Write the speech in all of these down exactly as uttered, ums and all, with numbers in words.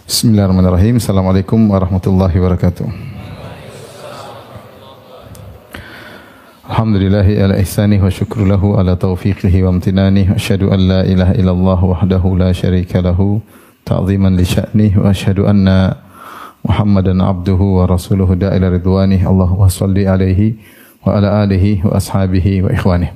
Bismillahirrahmanirrahim. Assalamualaikum warahmatullahi wabarakatuh. Alhamdulillahi ala ihsanih wa syukru lahu ala taufiqihi wa amtinanih. Asyhadu an la ilaha illallah wahdahu la syarika lahu ta'ziman li sya'nih wa asyhadu anna Muhammadan abduhu wa rasuluhu da'ila ridwanih. Allahumma salli alaihi wa ala alihi wa ashabihi wa ikhwanih.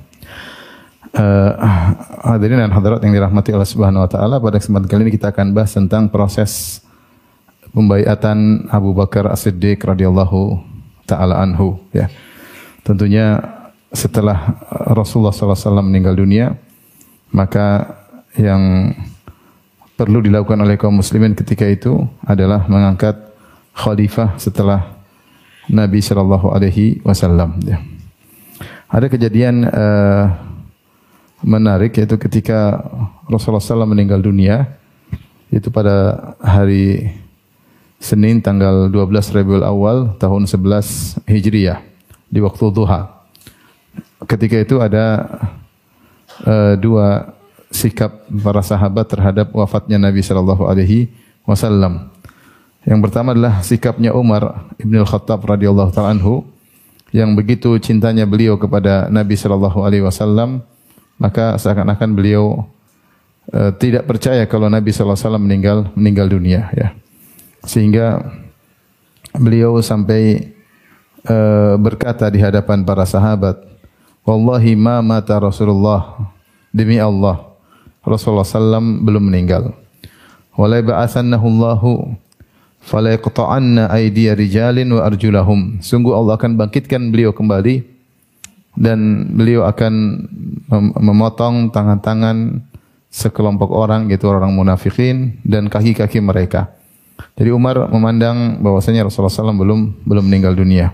Uh, hadirin dan hadirat yang dirahmati Allah Subhanahu wa taala, pada kesempatan kali ini kita akan bahas tentang proses pembaiatan Abu Bakar As-Siddiq radhiyallahu taala anhu, ya. Tentunya setelah Rasulullah sallallahu alaihi wasallam meninggal dunia, maka yang perlu dilakukan oleh kaum muslimin ketika itu adalah mengangkat khalifah setelah Nabi sallallahu alaihi wasallam, ya. Ada kejadian uh, menarik, yaitu ketika Rasulullah sallallahu alaihi wasallam meninggal dunia, itu pada hari Senin tanggal dua belas Rabiul Awal tahun sebelas Hijriyah di waktu duha. Ketika itu ada uh, dua sikap para sahabat terhadap wafatnya Nabi sallallahu alaihi wasallam. Yang pertama adalah sikapnya Umar Ibn Al-Khattab radhiyallahu ta'ala anhu, yang begitu cintanya beliau kepada Nabi sallallahu alaihi wasallam, maka seakan-akan beliau uh, tidak percaya kalau Nabi sallallahu alaihi wasallam meninggal meninggal dunia, ya. Sehingga beliau sampai uh, berkata di hadapan para sahabat, "Wallahi ma mata Rasulullah." Demi Allah, Rasulullah sallallahu alaihi wasallam belum meninggal. "Wala ba'atsannahu Allahu fala yaqta'anna aydiya rijalin wa arjulahum." Sungguh Allah akan bangkitkan beliau kembali dan beliau akan memotong tangan-tangan sekelompok orang, yaitu orang munafikin, dan kaki-kaki mereka. Jadi Umar memandang bahwasanya Rasulullah sallallahu alaihi wasallam belum belum meninggal dunia.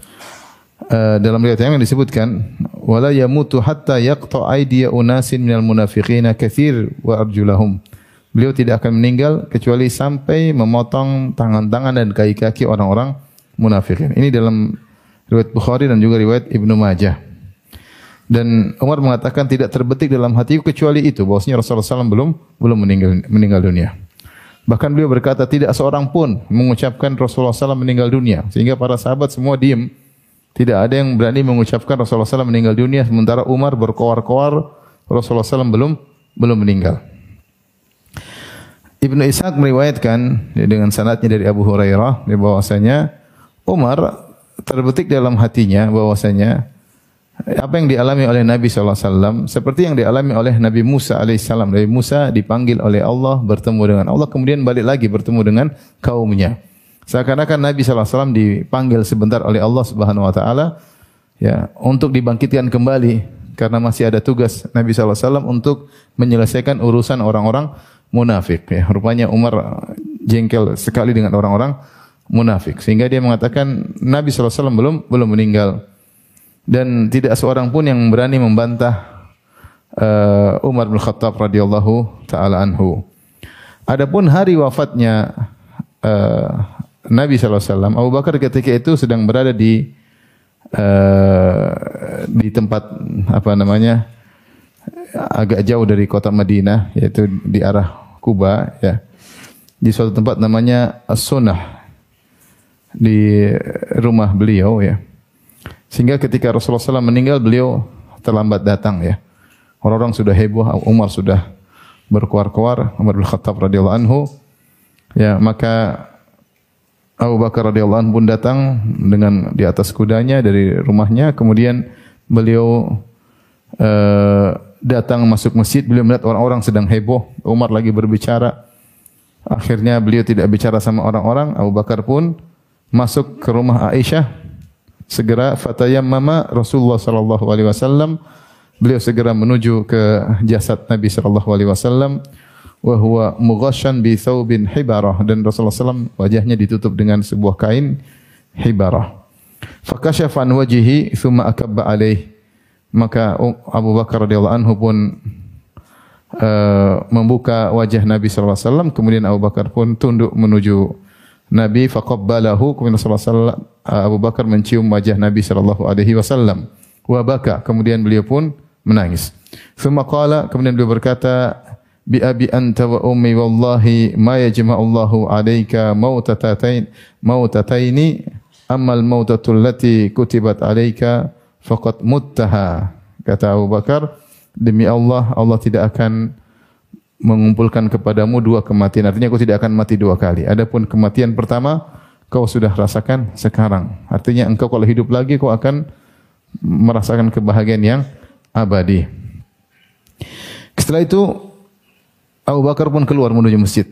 Uh, dalam riwayat yang disebutkan, wala yamutu hatta yaqta aydiya unasin minal munafiqina katsir wa arjulahum. Beliau tidak akan meninggal kecuali sampai memotong tangan-tangan dan kaki-kaki orang-orang munafikin. Ini dalam riwayat Bukhari dan juga riwayat Ibnu Majah. Dan Umar mengatakan tidak terbetik dalam hatiku kecuali itu, bahwasanya Rasulullah sallallahu alaihi wasallam belum belum meninggal meninggal dunia. Bahkan beliau berkata tidak seorang pun mengucapkan Rasulullah sallallahu alaihi wasallam meninggal dunia, sehingga para sahabat semua diam. Tidak ada yang berani mengucapkan Rasulullah sallallahu alaihi wasallam meninggal dunia, sementara Umar berkoar-koar Rasulullah sallallahu alaihi wasallam belum belum meninggal. Ibnu Ishaq meriwayatkan dengan sanadnya dari Abu Hurairah bahwasanya Umar terbetik dalam hatinya bahwasanya apa yang dialami oleh Nabi sallallahu alaihi wasallam seperti yang dialami oleh Nabi Musa alaihissalam. Nabi Musa dipanggil oleh Allah, bertemu dengan Allah, kemudian balik lagi bertemu dengan kaumnya. Seakan-akan Nabi sallallahu alaihi wasallam dipanggil sebentar oleh Allah Subhanahu wa taala, ya, untuk dibangkitkan kembali karena masih ada tugas Nabi sallallahu alaihi wasallam untuk menyelesaikan urusan orang-orang munafik, ya. Rupanya Umar jengkel sekali dengan orang-orang munafik, sehingga dia mengatakan Nabi sallallahu alaihi wasallam belum belum meninggal. Dan tidak seorang pun yang berani membantah uh, Umar bin Khattab radhiyallahu taala anhu. Adapun hari wafatnya uh, Nabi sallallahu alaihi wasallam, Abu Bakar ketika itu sedang berada di uh, di tempat apa namanya agak jauh dari kota Madinah, yaitu di arah Kuba, ya. Di suatu tempat namanya As-Sunnah, di rumah beliau, ya. Sehingga ketika Rasulullah sallallahu alaihi wasallam meninggal, beliau terlambat datang, ya. Orang-orang sudah heboh, Umar sudah berkuar-kuar, Umar bin Khattab radhiyallahu anhu. Ya, maka Abu Bakar radhiyallahu anhu pun datang dengan di atas kudanya dari rumahnya. Kemudian beliau uh, datang masuk masjid, beliau melihat orang-orang sedang heboh, Umar lagi berbicara. Akhirnya beliau tidak bicara sama orang-orang, Abu Bakar pun masuk ke rumah Aisyah. Segera fatayammama Rasulullah sallallahu alaihi wasallam, beliau segera menuju ke jasad Nabi sallallahu alaihi wasallam, wa huwa mughasyan bi thawbin hibarah, dan Rasulullah sallallahu alaihi wasallam wajahnya ditutup dengan sebuah kain hibarah. Fakashafa an wajhihi thumma akabba alaihi, maka Abu Bakar radhiyallahu anhu pun uh, membuka wajah Nabi sallallahu alaihi wasallam, kemudian Abu Bakar pun tunduk menuju Nabi, faqabbalahu, kemudian Rasulullah Abu Bakar mencium wajah Nabi sallallahu alaihi wasallam, wa baka, kemudian beliau pun menangis. Tsumma qala, kemudian beliau berkata, bi abi anta wa ummi wallahi ma yajma'ullahu 'alaika mautatatain mautataini ammal mautatul lati kutibat 'alaika faqad muttaha. Kata Abu Bakar, demi Allah, Allah tidak akan mengumpulkan kepadamu dua kematian. Artinya kau tidak akan mati dua kali. Adapun kematian pertama kau sudah rasakan sekarang. Artinya engkau kalau hidup lagi kau akan merasakan kebahagiaan yang abadi. Setelah itu Abu Bakar pun keluar menuju masjid.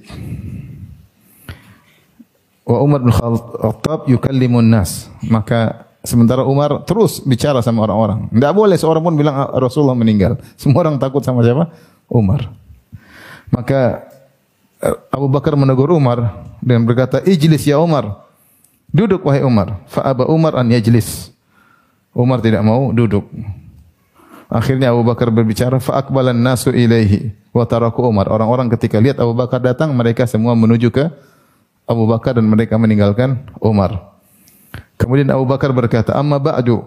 Wa Umar bin Khattab yukallimun nas. Maka sementara Umar terus bicara sama orang-orang. Tidak boleh seorang pun bilang Rasulullah meninggal. Semua orang takut sama siapa? Umar. Maka Abu Bakar menegur Umar dan berkata, "Ijlis ya Umar." Duduk wahai Umar. Fa aba Umar an yajlis. Umar tidak mau duduk. Akhirnya Abu Bakar berbicara, fa aqbalan nasu ilaihi wa taraku Umar. Orang-orang ketika lihat Abu Bakar datang, mereka semua menuju ke Abu Bakar dan mereka meninggalkan Umar. Kemudian Abu Bakar berkata, "Amma ba'du.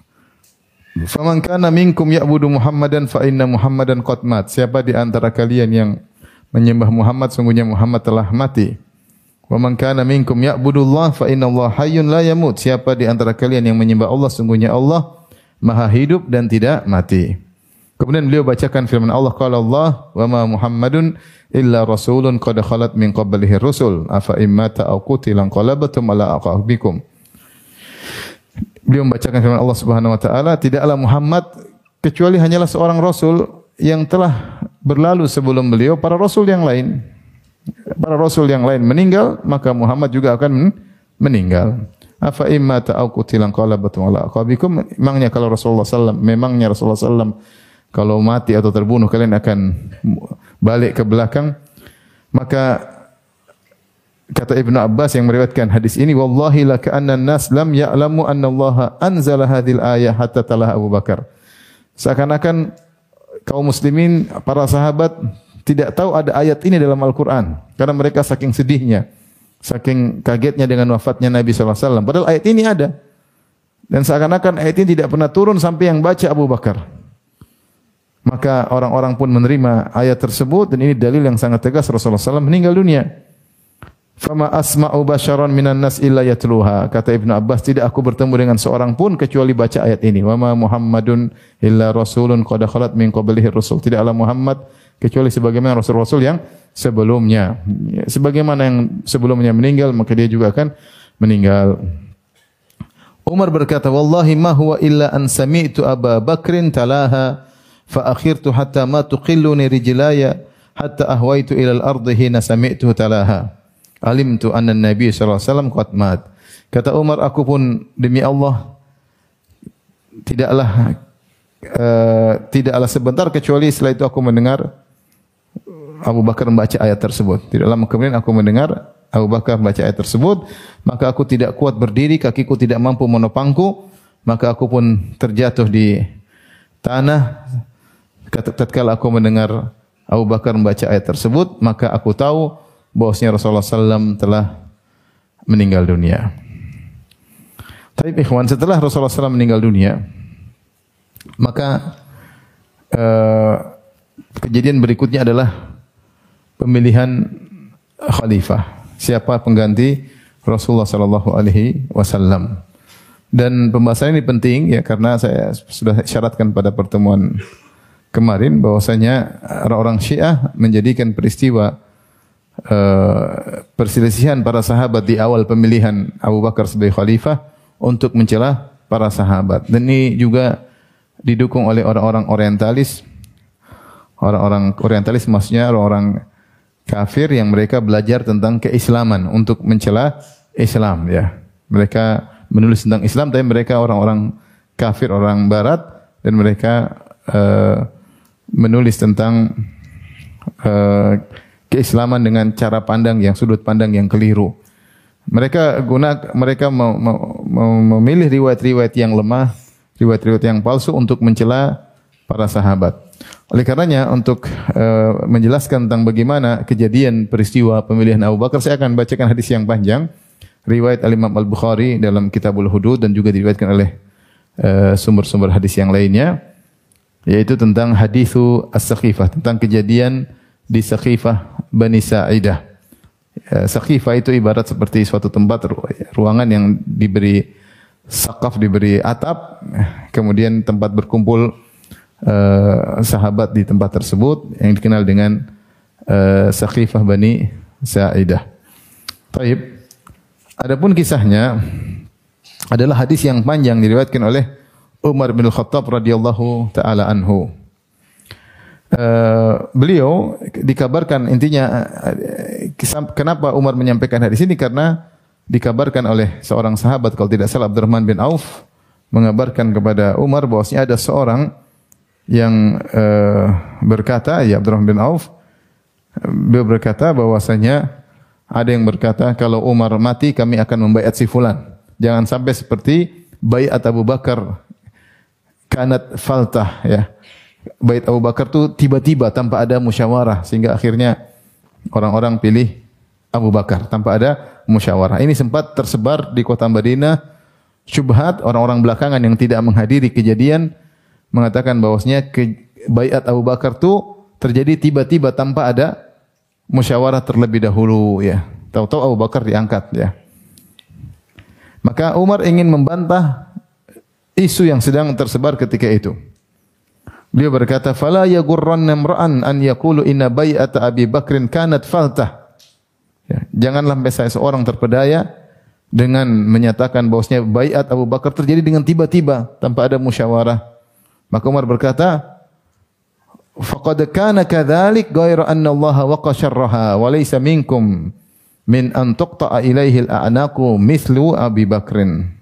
Faman kana minkum ya'budu Muhammadan fa inna Muhammadan qad mat." Siapa di antara kalian yang menyembah Muhammad, sungguhnya Muhammad telah mati. Wa man kana minkum ya'budullah fa inna Allah hayyun la yamut. Siapa di antara kalian yang menyembah Allah, sungguhnya Allah Maha hidup dan tidak mati. Kemudian beliau bacakan firman Allah, qala Allah, "Wa ma Muhammadun illa rasulun qad khalat min qablihi rusul, afa immata aw qutila qalabtum ala aqabikum." Beliau membacakan firman Allah Subhanahu wa taala, tidaklah Muhammad kecuali hanyalah seorang rasul yang telah berlalu sebelum beliau para rasul yang lain. Para rasul yang lain meninggal, maka Muhammad juga akan meninggal. Afa imma ta'au qutilan qalabatum ala aqabikum. Memangnya kalau Rasulullah sallallahu alaihi wasallam, memangnya Rasulullah sallallahu alaihi wasallam kalau mati atau terbunuh kalian akan balik ke belakang? Maka kata Ibnu Abbas yang meriwayatkan hadis ini, wallahi la ka'anna an-nas lam ya'lamu anna Allah anzala hadhil ayah hatta talah Abu Bakar. Seakan-akan kaum muslimin, para sahabat tidak tahu ada ayat ini dalam Al-Qur'an karena mereka saking sedihnya, saking kagetnya dengan wafatnya Nabi sallallahu alaihi wasallam. Padahal ayat ini ada. Dan seakan-akan ayat ini tidak pernah turun sampai yang baca Abu Bakar. Maka orang-orang pun menerima ayat tersebut dan ini dalil yang sangat tegas Rasulullah sallallahu alaihi wasallam meninggal dunia. Fama asma'u basyaran minan nas illa yatluha. Kata Ibnu Abbas, tidak aku bertemu dengan seorang pun kecuali baca ayat ini. Wa ma Muhammadun illa rasulun qad khalat min qablihi rusul. Tidaklah Muhammad kecuali sebagaimana rasul-rasul yang sebelumnya. Sebagaimana yang sebelumnya meninggal, maka dia juga akan meninggal. Umar berkata, wallahi ma huwa illa an sami'tu Aba Bakrin talaha fa akhirtu hatta ma tuqilluni rijlaya hatta ahwaitu ila al-ardi hina sami'tu talaha. Alimtu anna Nabi sallallahu alaihi wasallam qad mat. Kata Umar, aku pun demi Allah tidaklah uh, tidaklah sebentar kecuali setelah itu aku mendengar Abu Bakar membaca ayat tersebut. Tidak lama kemudian aku mendengar Abu Bakar membaca ayat tersebut, maka aku tidak kuat berdiri, kakiku tidak mampu menopangku, maka aku pun terjatuh di tanah. Tatkala aku mendengar Abu Bakar membaca ayat tersebut, maka aku tahu bahwasanya Rasulullah sallallahu alaihi wasallam telah meninggal dunia. Tapi ikhwan, setelah Rasulullah sallallahu alaihi wasallam meninggal dunia, maka uh, kejadian berikutnya adalah pemilihan khalifah. Siapa pengganti Rasulullah sallallahu alaihi wasallam. Dan pembahasan ini penting ya, karena saya sudah syaratkan pada pertemuan kemarin bahwasanya orang-orang Syiah menjadikan peristiwa Uh, perselisihan para sahabat di awal pemilihan Abu Bakar sebagai khalifah untuk mencela para sahabat. Dan ini juga didukung oleh orang-orang orientalis. Orang-orang orientalis maksudnya orang-orang kafir yang mereka belajar tentang keislaman untuk mencela Islam ya. Mereka menulis tentang Islam tapi mereka orang-orang kafir, orang barat, dan mereka uh, menulis tentang uh, keislaman dengan cara pandang yang sudut pandang yang keliru. Mereka guna mereka mem, mem, memilih riwayat-riwayat yang lemah, riwayat-riwayat yang palsu untuk mencela para sahabat. Oleh karenanya untuk uh, menjelaskan tentang bagaimana kejadian peristiwa pemilihan Abu Bakar, saya akan bacakan hadis yang panjang riwayat Al-Imam Al-Bukhari dalam Kitabul Hudud dan juga diriwayatkan oleh uh, sumber-sumber hadis yang lainnya, yaitu tentang hadithu as-Saqifah, tentang kejadian di Saqifah Bani Sa'idah. Ya, Saqifah itu ibarat seperti suatu tempat ruangan yang diberi sakaf, diberi atap, kemudian tempat berkumpul uh, sahabat di tempat tersebut yang dikenal dengan uh, Saqifah Bani Sa'idah. Taib. Adapun kisahnya adalah hadis yang panjang diriwayatkan oleh Umar bin Khattab radhiyallahu taala anhu. Uh, beliau dikabarkan intinya uh, kenapa Umar menyampaikan hadis ini karena dikabarkan oleh seorang sahabat kalau tidak salah Abdurrahman bin Auf mengabarkan kepada Umar bahwasanya ada seorang yang uh, berkata, ya Abdurrahman bin Auf, beliau berkata bahwasanya ada yang berkata kalau Umar mati kami akan membaiat si fulan. Jangan sampai seperti baiat Abu Bakar kanat faltah, ya. Baiat Abu Bakar itu tiba-tiba tanpa ada musyawarah sehingga akhirnya orang-orang pilih Abu Bakar tanpa ada musyawarah. Ini sempat tersebar di kota Madinah syubhat orang-orang belakangan yang tidak menghadiri kejadian mengatakan bahwasanya baiat Abu Bakar itu terjadi tiba-tiba tanpa ada musyawarah terlebih dahulu, ya. Tahu-tahu Abu Bakar diangkat, ya. Maka Umar ingin membantah isu yang sedang tersebar ketika itu. Beliau berkata, "Fala yaghurranna imra'an an yaqulu inna bai'ata Abi Bakrin kanat faltah." Ya, janganlah sampai seorang terpedaya dengan menyatakan bahwasanya baiat Abu Bakar terjadi dengan tiba-tiba tanpa ada musyawarah. Maka Umar berkata, faqad kana kadzalik ghairu anna Allah waqa syarraha wa laysa minkum min an tuqta'a ilaihi al-a'naqu mithlu Abi Bakrin.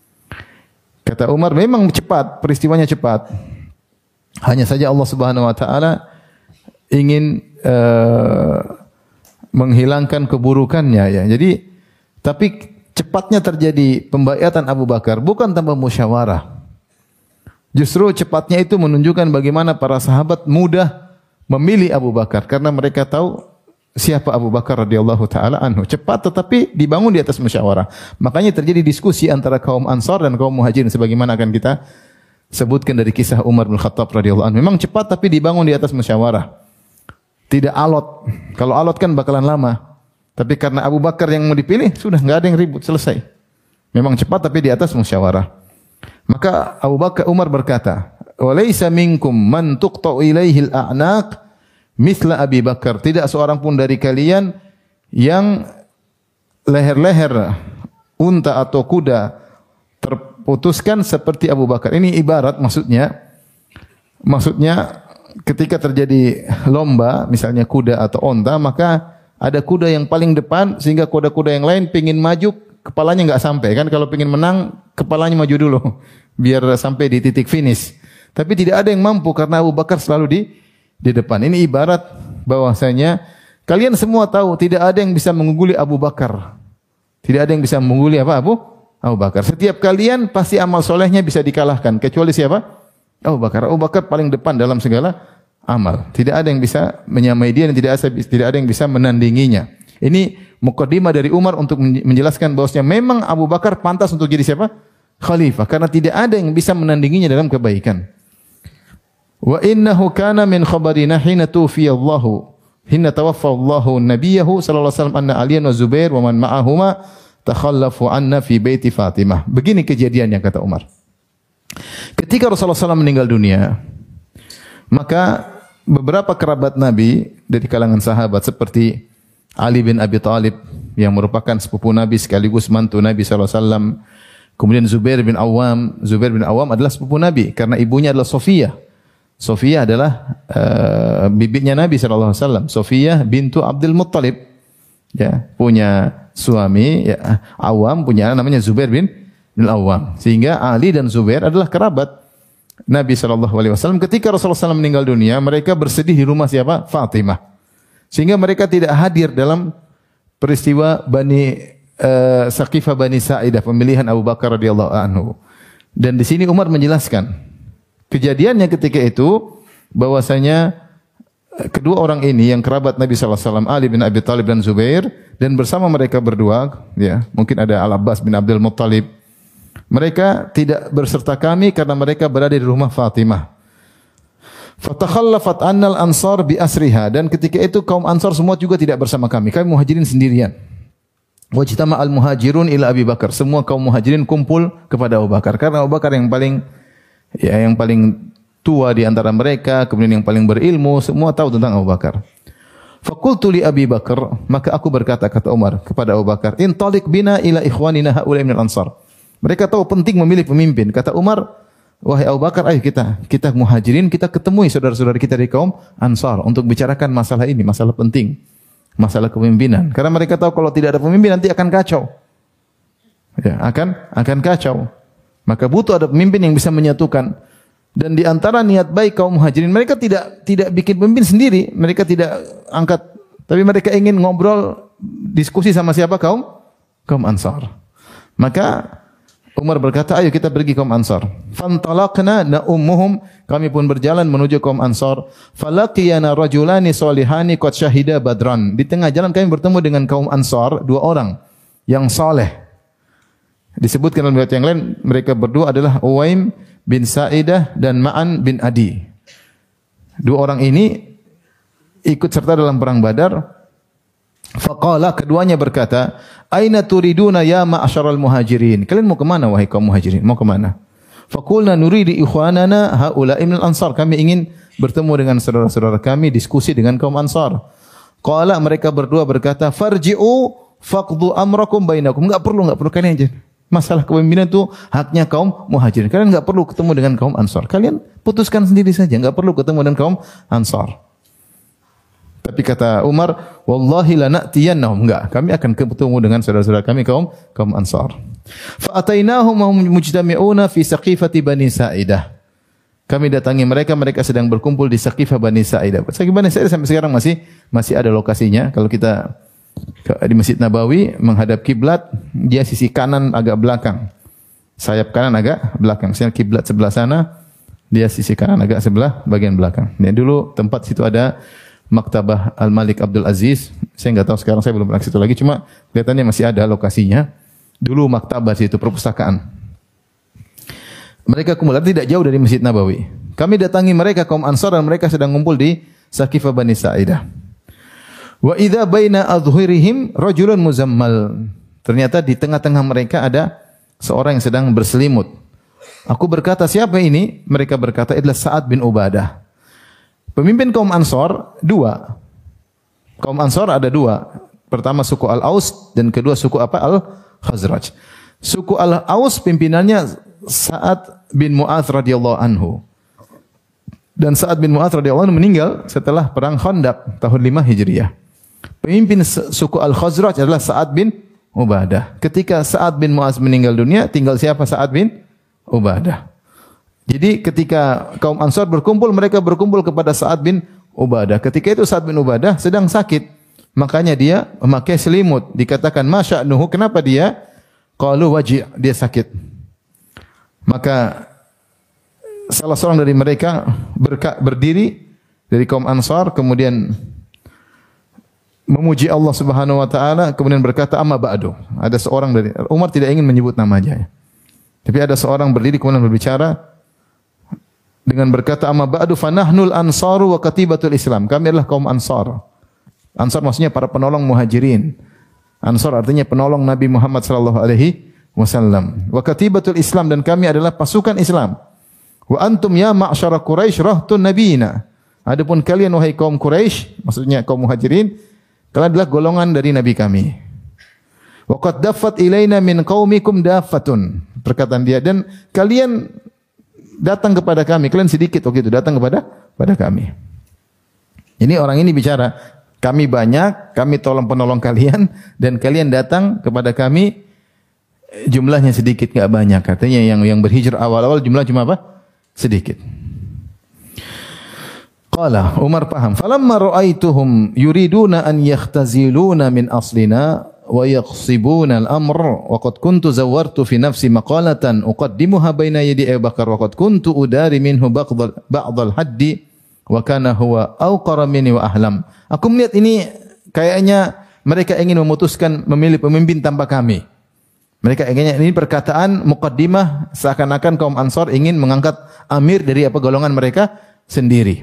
Kata Umar, memang cepat, peristiwanya cepat. Hanya saja Allah Subhanahu wa taala ingin uh, menghilangkan keburukannya, ya. Jadi tapi cepatnya terjadi pembaiatan Abu Bakar bukan tanpa musyawarah. Justru cepatnya itu menunjukkan bagaimana para sahabat mudah memilih Abu Bakar karena mereka tahu siapa Abu Bakar radhiyallahu taala anhu. Cepat tetapi dibangun di atas musyawarah. Makanya terjadi diskusi antara kaum Ansar dan kaum Muhajirin sebagaimana akan kita sebutkan dari kisah Umar bin Khattab radhiyallahu anhu. Memang cepat tapi dibangun di atas musyawarah. Tidak alot. Kalau alot kan bakalan lama. Tapi karena Abu Bakar yang mau dipilih, sudah enggak ada yang ribut, selesai. Memang cepat tapi di atas musyawarah. Maka Abu Bakar Umar berkata, "Wa laisa minkum man tuqta'u ilaihi al-a'naq mithla Abi Bakar." Tidak seorang pun dari kalian yang leher-leher unta atau kuda terputuskan seperti Abu Bakar. Ini ibarat maksudnya maksudnya ketika terjadi lomba, misalnya kuda atau onta, maka ada kuda yang paling depan sehingga kuda-kuda yang lain pingin maju, kepalanya enggak sampai kan, kalau pingin menang kepalanya maju dulu biar sampai di titik finish. Tapi tidak ada yang mampu karena Abu Bakar selalu di di depan. Ini ibarat bahwasanya kalian semua tahu tidak ada yang bisa mengungguli Abu Bakar. Tidak ada yang bisa mengungguli apa Abu Abu Bakar. Setiap kalian pasti amal solehnya bisa dikalahkan kecuali siapa? Abu Bakar. Abu Bakar paling depan dalam segala amal. Tidak ada yang bisa menyamai dia dan tidak ada, tidak ada yang bisa menandinginya. Ini mukadimah dari Umar untuk menjelaskan bahwasanya memang Abu Bakar pantas untuk jadi siapa? Khalifah, karena tidak ada yang bisa menandinginya dalam kebaikan. Wa innahu kana min khabarina hina tufiya Allahu hina tawaffa Allahu nabiyahu sallallahu alaihi wasallam anna Aliyan wa Zubair wa man ma'ahuma takhallafu anna fi baiti Fatimah. Begini kejadiannya kata Umar. Ketika Rasulullah sallallahu alaihi wasallam meninggal dunia, maka beberapa kerabat Nabi dari kalangan sahabat seperti Ali bin Abi Thalib yang merupakan sepupu Nabi sekaligus mantu Nabi sallallahu alaihi wasallam. Kemudian Zubair bin Awam, Zubair bin Awam adalah sepupu Nabi karena ibunya adalah Sofiyah. Sofiyah adalah uh, bibinya Nabi sallallahu alaihi wasallam. Sofiyah bintu Abdul Muttalib. Ya, punya suami ya, Awam, punya namanya Zubair bin bin Awam. Sehingga Ali dan Zubair adalah kerabat Nabi sallallahu alaihi wasallam. Ketika Rasulullah sallallahu alaihi wasallam meninggal dunia, mereka bersedih di rumah siapa? Fatimah. Sehingga mereka tidak hadir dalam peristiwa Bani uh, Saqifah Bani Sa'idah, pemilihan Abu Bakar radhiyallahu anhu. Dan di sini Umar menjelaskan kejadiannya ketika itu bahwasanya kedua orang ini yang kerabat Nabi sallallahu alaihi wasallam, Ali bin Abi Thalib dan Zubair, dan bersama mereka berdua, ya, mungkin ada Al-Abbas bin Abdul Muttalib. Mereka tidak berserta kami karena mereka berada di rumah Fatimah. Fatakhallafat annal ansar bi asriha, dan ketika itu kaum Ansar semua juga tidak bersama kami. Kami Muhajirin sendirian. Wajtama al muhajirun ila Abi Bakar. Semua kaum Muhajirin kumpul kepada Abu Bakar karena Abu Bakar yang paling ya yang paling tua di antara mereka, kemudian yang paling berilmu, semua tahu tentang Abu Bakar. Faqultu li Abi Bakar, maka aku berkata kata Umar kepada Abu Bakar, "Intaliq bina ila ikhwanina haula minal ansar." Mereka tahu penting memilih pemimpin. Kata Umar, "Wahai Abu Bakar, ayo kita kita Muhajirin, kita ketemui saudara-saudara kita di kaum Ansar untuk bicarakan masalah ini, masalah penting, masalah kepemimpinan. Karena mereka tahu kalau tidak ada pemimpin nanti akan kacau. Ya, akan akan kacau. Maka butuh ada pemimpin yang bisa menyatukan. Dan di antara niat baik kaum Muhajirin, mereka tidak tidak bikin pemimpin sendiri, mereka tidak angkat, tapi mereka ingin ngobrol, diskusi sama siapa? Kaum kaum Ansar. Maka Umar berkata, ayo kita pergi kaum Ansar. Fantalaqna na'ummuhum, kami pun berjalan menuju kaum Ansar. Falaqiyana rajulani salihani qad syahida badran. Di tengah jalan kami bertemu dengan kaum Ansar, dua orang yang saleh. Disebutkan dalam riwayat yang lain, mereka berdua adalah Uwaim bin Sa'idah dan Ma'an bin Adi. Dua orang ini ikut serta dalam perang Badar. Faqala, keduanya berkata, "Aina turiduna ya ma'asyaral muhajirin?" Kalian mau ke mana wahai kaum Muhajirin? Mau ke mana? Faqulna nuridu ikhwanana haula'i minal ansar. Kami ingin bertemu dengan saudara-saudara kami, diskusi dengan kaum Ansar. Qala, mereka berdua berkata, "Farji'u faqdu amrakum bainakum." Enggak perlu, enggak perlu kalian aja. Masalah kepemimpinan itu haknya kaum Muhajirin. Kalian enggak perlu ketemu dengan kaum Ansar. Kalian putuskan sendiri saja, enggak perlu ketemu dengan kaum Ansar. Tapi kata Umar, wallahi lanatiyannahum, enggak, kami akan ketemu dengan saudara-saudara kami kaum kaum Ansar. Fa atainahum wa hum mujtami'una fi saqifati Bani Sa'idah. Kami datangi mereka, mereka sedang berkumpul di Saqifah Bani Sa'idah. Saqifah Bani Sa'idah sampai sekarang masih masih ada lokasinya. Kalau kita di Masjid Nabawi menghadap kiblat, dia sisi kanan agak belakang. Sayap kanan agak belakang. Misalnya kiblat sebelah sana, dia sisi kanan agak sebelah bagian belakang. Ini dulu tempat situ ada Maktabah Al-Malik Abdul Aziz. Saya enggak tahu sekarang, saya belum pernah ke situ lagi, cuma kelihatannya masih ada lokasinya. Dulu maktabah situ, perpustakaan. Mereka kumpul tidak jauh dari Masjid Nabawi. Kami datangi mereka kaum Ansar dan mereka sedang kumpul di Saqifah Bani Sa'idah. Wa idza baina adhhurihim rajulun muzammal. Ternyata di tengah-tengah mereka ada seorang yang sedang berselimut. Aku berkata, siapa ini? Mereka berkata, adalah Sa'ad bin Ubadah. Pemimpin kaum Ansar dua. Kaum Ansar ada dua. Pertama suku Al-Aus dan kedua suku apa? Al-Khazraj. Suku Al-Aus pimpinannya Sa'ad bin Mu'adz radhiyallahu anhu. Dan Sa'ad bin Mu'adz radhiyallahu anhu meninggal setelah perang Khandaq tahun lima Hijriah. Pemimpin suku Al-Khazraj adalah Sa'ad bin Ubadah. Ketika Sa'ad bin Mu'adz meninggal dunia, tinggal siapa? Sa'ad bin Ubadah. Jadi ketika kaum Ansar berkumpul, mereka berkumpul kepada Sa'ad bin Ubadah. Ketika itu Sa'ad bin Ubadah sedang sakit. Makanya dia memakai selimut. Dikatakan, masya'nuhu, kenapa dia? Qalu waji', dia sakit. Maka salah seorang dari mereka berka, berdiri dari kaum Ansar, kemudian memuji Allah Subhanahu wa taala, kemudian berkata, amma ba'du. Ada seorang dari Umar tidak ingin menyebut namanya. Tapi ada seorang berdiri kemudian berbicara dengan berkata, amma ba'du fanahnul ansaru wa katibatul Islam. Kami adalah kaum Ansar. Ansar maksudnya para penolong Muhajirin. Ansar artinya penolong Nabi Muhammad sallallahu alaihi wasallam. Wa katibatul Islam, dan kami adalah pasukan Islam. Wa antum ya ma'syara Quraisy rahtun nabiyina. Adapun kalian wahai kaum Quraisy, maksudnya kaum Muhajirin, kalian adalah golongan dari nabi kami. Wa qad daffat ilaina min qaumikum daffatun. Perkataan dia, dan kalian datang kepada kami, kalian sedikit waktu itu datang kepada pada kami. Ini orang ini bicara, kami banyak, kami tolong penolong kalian, dan kalian datang kepada kami jumlahnya sedikit, enggak banyak. Katanya yang yang berhijrah awal-awal jumlah cuma apa? Sedikit. Qala, Umar paham. Falamma ra'aituhum yuriduna an yakhtaziluna min aslina wa yaqsibuna al-amr wa qad kuntu zawartu fi nafsi maqalatan uqaddimuha baina yadi Abu Bakar wa qad kuntu udari minhu ba'd al-haddi wa kana huwa awqara minni wa ahlam. Aku melihat ini kayaknya mereka ingin memutuskan memilih pemimpin tanpa kami. Mereka inginnya, ini perkataan muqaddimah seakan-akan kaum Ansar ingin mengangkat amir dari apa golongan mereka sendiri.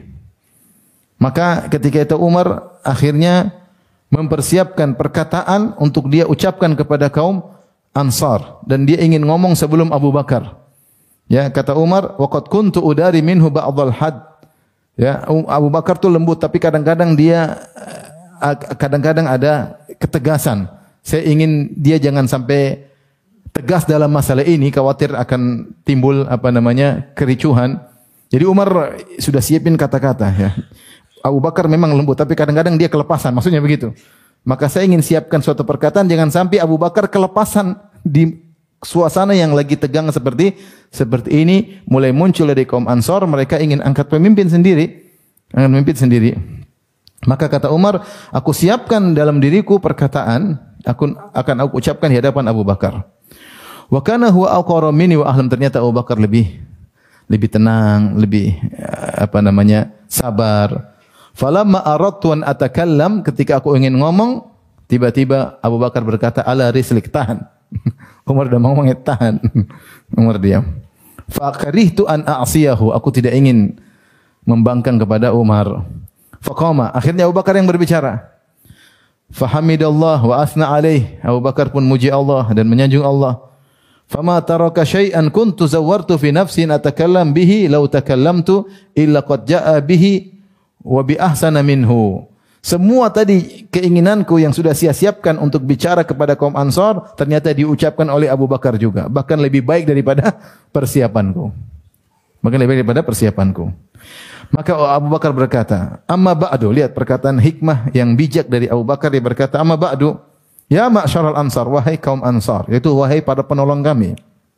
Maka ketika itu Umar akhirnya mempersiapkan perkataan untuk dia ucapkan kepada kaum Ansar dan dia ingin ngomong sebelum Abu Bakar. Ya, kata Umar, "Waqad kuntu udari minhu ba'dhal had." Ya, Abu Bakar tuh lembut tapi kadang-kadang dia kadang-kadang ada ketegasan. Saya ingin dia jangan sampai tegas dalam masalah ini, khawatir akan timbul apa namanya kericuhan. Jadi Umar sudah siapin kata-kata ya. Abu Bakar memang lembut tapi kadang-kadang dia kelepasan, maksudnya begitu. Maka saya ingin siapkan suatu perkataan jangan sampai Abu Bakar kelepasan di suasana yang lagi tegang seperti seperti ini. Mulai muncul dari kaum Ansar, mereka ingin angkat pemimpin sendiri, angkat pemimpin sendiri. Maka kata Umar, aku siapkan dalam diriku perkataan, aku akan aku ucapkan di hadapan Abu Bakar. Wa kana huwa aqra minni wa ahlam, ternyata Abu Bakar lebih lebih tenang, lebih apa namanya sabar. Falamma aradtu an atakallam, ketika aku ingin ngomong, tiba-tiba Abu Bakar berkata, ala rislik, tahan. Umar dah ngomong, tahan. Umar diam. Fa karihtu an a'siyahu, aku tidak ingin membangkang kepada Umar. Faqama, akhirnya Abu Bakar yang berbicara. Fahamidallah wa asna alaih, Abu Bakar pun muji Allah dan menyanjung Allah. Fama taraka syai'an kuntu zawwartu fi nafsi atakallam bihi law takallamtu illa qad jaa bihi wa bi ahsana minhu. Semua tadi keinginanku yang sudah saya siapkan untuk bicara kepada kaum Ansar ternyata diucapkan oleh Abu Bakar juga, bahkan lebih baik daripada persiapanku. Bahkan lebih baik daripada persiapanku. Maka Abu Bakar berkata, "Amma ba'du," lihat perkataan hikmah yang bijak dari Abu Bakar, dia berkata, "Amma ba'du, ya ma'syaral Ansar, wahai kaum Ansar," yaitu wahai para penolong kami.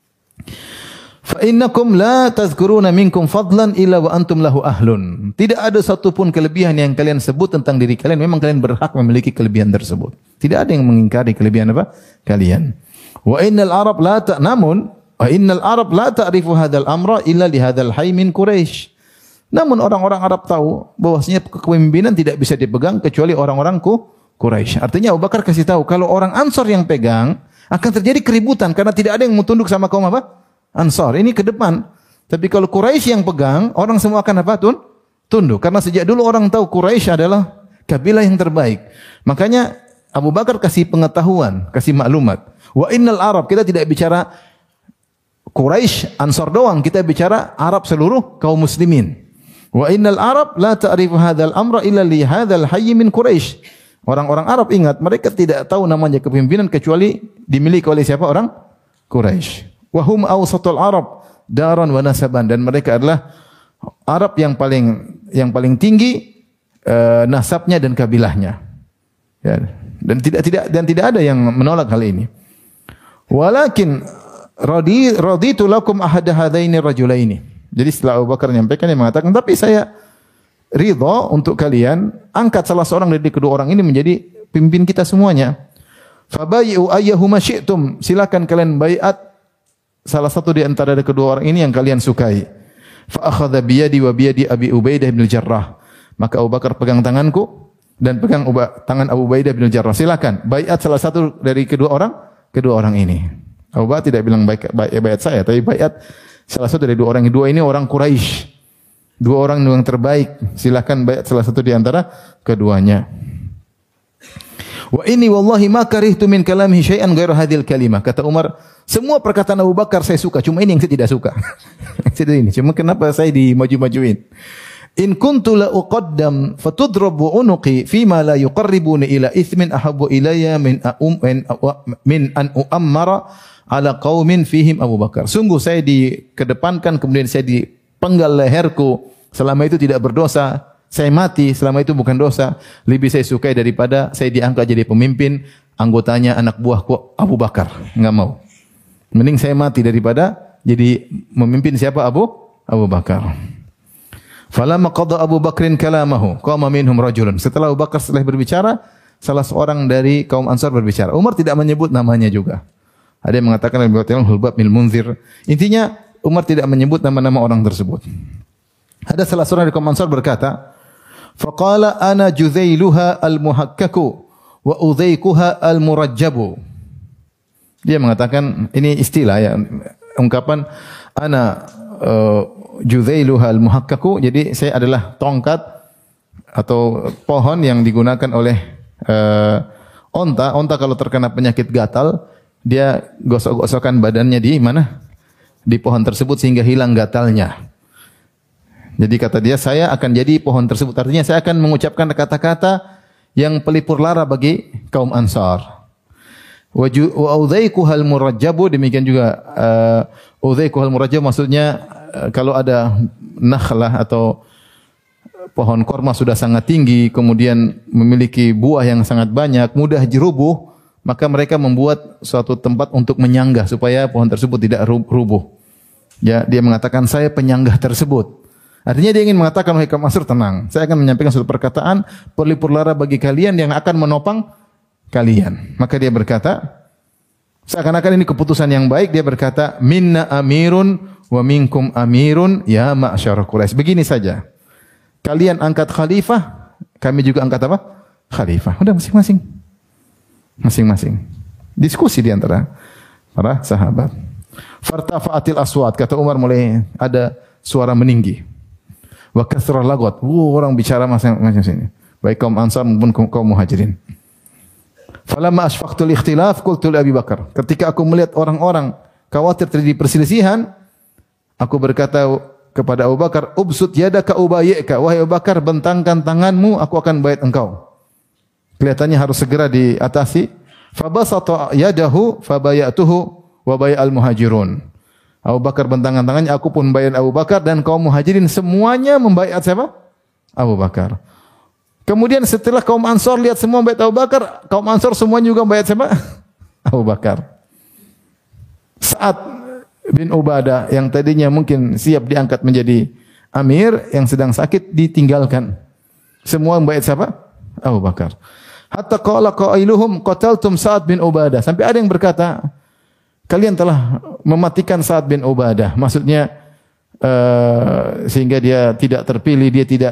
Fa innakum la tazkuruna minkum fadlan illa wa antum lahu ahlun. Tidak ada satu pun kelebihan yang kalian sebut tentang diri kalian, memang kalian berhak memiliki kelebihan tersebut. Tidak ada yang mengingkari kelebihan apa? Kalian. Wa innal Arab la ta namun wa innal Arab la ta'rifu hadzal amra illa li hadzal hayy min Quraisy. Namun orang-orang Arab tahu bahwasanya kepemimpinan tidak bisa dipegang kecuali orang-orang Quraisy. Artinya Abu Bakar kasih tahu kalau orang Ansar yang pegang akan terjadi keributan karena tidak ada yang mau tunduk sama kaum apa? Ansar. Ini ke depan. Tapi kalau Quraisy yang pegang, orang semua akan apa? Tun? Tunduk. Karena sejak dulu orang tahu Quraisy adalah kabilah yang terbaik. Makanya Abu Bakar kasih pengetahuan, kasih maklumat. Wa innal Arab, kita tidak bicara Quraisy, Ansar doang, kita bicara Arab seluruh kaum muslimin. Wa innal Arab la ta'rifu hadzal amra illa li hadzal hayy min Quraisy. Orang-orang Arab ingat, mereka tidak tahu namanya kepemimpinan kecuali dimiliki oleh siapa? Orang Quraisy. Wa hum awsatul Arab daran wa nasaban, dan mereka adalah Arab yang paling yang paling tinggi uh, nasabnya dan kabilahnya. Ya. Dan tidak tidak dan tidak ada yang menolak hal ini. Walakin radi raditu lakum ahad hadaini rajulaini. Jadi setelah Abu Bakar menyampaikan, dia mengatakan, tapi saya ridha untuk kalian angkat salah seorang dari kedua orang ini menjadi pimpin kita semuanya. Fabayu ayyahuma syi'tum, silakan kalian baiat salah satu di antara kedua orang ini yang kalian sukai. Fa akhadha bi yadi wa bi yadi Abi Ubaidah bin Jarrah. Maka Abu Bakar pegang tanganku dan pegang uba, tangan Abu Ubaidah bin Jarrah. Silakan baiat salah satu dari kedua orang kedua orang ini. Abu Bakar tidak bilang baiat, baiat saya, tapi baiat salah satu dari dua orang. Dua ini orang Quraisy. Dua orang yang terbaik. Silakan baiat salah satu di antara keduanya. Wa inni wallahi ma karihtu min kalamihi syai'an ghairu hadhil kalimah. Kata Umar, semua perkataan Abu Bakar saya suka, cuma ini yang saya tidak suka. Jadi ini, cuma kenapa saya dimaju-majuin? In kuntu la uqaddam fatudrabu unuqi fima la yuqarribuni ila ithmin ahabbu ilayya min um min an uammara ala qaumin fihim Abu Bakar. Sungguh saya dikedepankan kemudian saya dipenggal leherku, selama itu tidak berdosa. Saya mati selama itu bukan dosa, lebih saya sukai daripada saya diangkat jadi pemimpin, anggotanya anak buahku Abu Bakar. Enggak mau. Mending saya mati daripada jadi memimpin siapa? Abu Abu Bakar. Falamma qada Abu Bakrin kalamahu, qama minhum rajulun. Setelah Abu Bakar setelah berbicara, salah seorang dari kaum Ansar berbicara. Umar tidak menyebut namanya juga. Ada yang mengatakan riwayat Hulbab bin Munzir. Intinya Umar tidak menyebut nama-nama orang tersebut. Ada salah seorang dari kaum Ansar berkata, faqala ana juzailuha al-muhakkaku wa udhaikuha al-murajjabu. Dia mengatakan, ini istilah ya, ungkapan ana uh, judhailuha al-muhakkaku. Jadi saya adalah tongkat atau pohon yang digunakan oleh uh, onta. Onta kalau terkena penyakit gatal, dia gosok-gosokkan badannya di mana? Di pohon tersebut sehingga hilang gatalnya. Jadi kata dia, saya akan jadi pohon tersebut. Artinya saya akan mengucapkan kata-kata yang pelipur lara bagi kaum Ansar. Wa udzaikuhal murajjabu, demikian juga uh, udzaikuhal murajjab maksudnya uh, kalau ada nakhlah atau pohon korma sudah sangat tinggi, kemudian memiliki buah yang sangat banyak, mudah jerubuh, maka mereka membuat suatu tempat untuk menyanggah supaya pohon tersebut tidak rubuh. Ya, dia mengatakan saya penyanggah tersebut. Artinya dia ingin mengatakan, wahai kaum Ansar, tenang, saya akan menyampaikan suatu perkataan pelipur lara bagi kalian yang akan menopang kalian. Maka dia berkata, seakan-akan ini keputusan yang baik, dia berkata, minna amirun wa minkum amirun ya ma'syar Quraisy. Begini saja. Kalian angkat khalifah, kami juga angkat apa? Khalifah. Udah masing-masing. Masing-masing. Diskusi di antara para sahabat. Fartafa'atil aswat, kata Umar, mulai ada suara meninggi. Wa kathra lagot. Uh, orang bicara masing-masing sini. Baik kaum Ansar maupun kaum Muhajirin. Falamma asfaqtul ikhtilaf qultu li Abi Bakar. Ketika aku melihat orang-orang khawatir terjadi perselisihan, aku berkata kepada Abu Bakar, ubsut yadaka ubayyika. Wahai Abu Bakar, bentangkan tanganmu, aku akan baiat engkau. Kelihatannya harus segera diatasi. Fabasata yadahu fabayatuhu wa bay'al muhajirun. Abu Bakar bentangkan tangannya, aku pun baiat Abu Bakar, dan kaum Muhajirin semuanya membaiat siapa? Abu Bakar. Kemudian setelah kaum Ansar lihat semua baiat Abu Bakar, kaum Ansar semua juga baiat siapa? Abu Bakar. Sa'ad bin Ubadah yang tadinya mungkin siap diangkat menjadi amir, yang sedang sakit ditinggalkan. Semua baiat siapa? Abu Bakar. Hatta qala qailuhum qataltum Sa'ad bin Ubadah. Sampai ada yang berkata, kalian telah mematikan Sa'ad bin Ubadah. Maksudnya uh, sehingga dia tidak terpilih, dia tidak.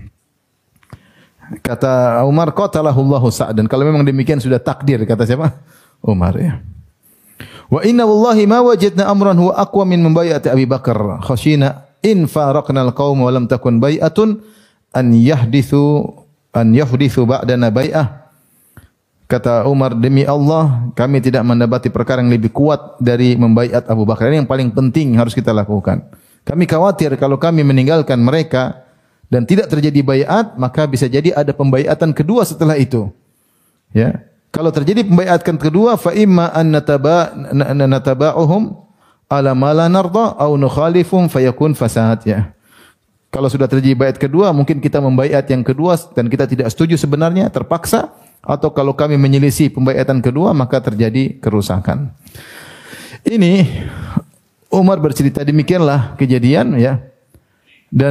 Kata Umar, qatalahullahu Sa'dan. Kalau memang demikian sudah takdir, kata siapa? Umar, ya. Wa inna wallahi ma wajadna amran huwa aqwa min mubayati Abi Bakar. Khashina in faraqna al-qaum wa lam takun bai'atun an yahdithu an yahdithu ba'dana bai'ah. Kata Umar, demi Allah, kami tidak mendapati perkara yang lebih kuat dari membaiat Abu Bakar. Ini yang paling penting harus kita lakukan. Kami khawatir kalau kami meninggalkan mereka dan tidak terjadi baiat, maka bisa jadi ada pembaiatan kedua setelah itu. Ya. Kalau terjadi pembaiatan kedua, fa imma an nataba nataba'uhum ala ma la narda aw nukhalifum fayakun fasad, ya. Kalau sudah terjadi baiat kedua, mungkin kita membaiat yang kedua dan kita tidak setuju sebenarnya, terpaksa, atau kalau kami menyelisih pembaiatan kedua, maka terjadi kerusakan. Ini Umar bercerita, demikianlah kejadian, ya. Dan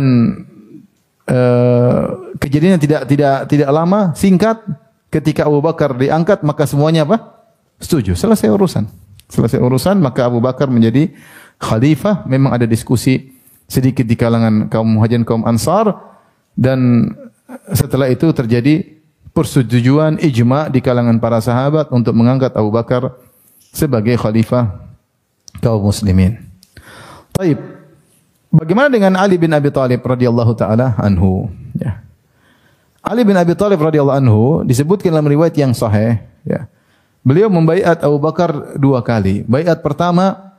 Uh, kejadiannya tidak tidak tidak lama, singkat, ketika Abu Bakar diangkat, maka semuanya apa? Setuju. Selesai urusan. Selesai urusan, maka Abu Bakar menjadi khalifah. Memang ada diskusi sedikit di kalangan kaum Muhajirin, kaum Ansar, dan setelah itu terjadi persetujuan ijma di kalangan para sahabat untuk mengangkat Abu Bakar sebagai khalifah kaum muslimin. Taib. Bagaimana dengan Ali bin Abi Thalib radhiyallahu taala anhu? Ya. Ali bin Abi Thalib radhiyallahu anhu disebutkan dalam riwayat yang sahih, ya. Beliau membaiat Abu Bakar dua kali. Baiat pertama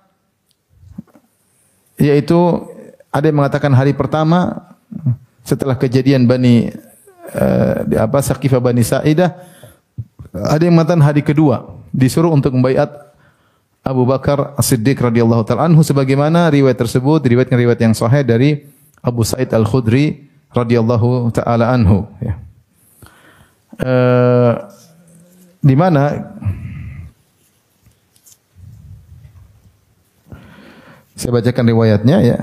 yaitu ada yang mengatakan hari pertama setelah kejadian Bani uh, apa Saqifah Bani Sa'idah. Ada yang mengatakan hari kedua disuruh untuk membaiat Abu Bakar As-Siddiq radhiyallahu ta'ala anhu, sebagaimana riwayat tersebut diriwayatkan riwayat yang sahih dari Abu Sa'id Al-Khudri radhiyallahu ta'ala anhu, ya. Uh, di mana saya bacakan riwayatnya, ya.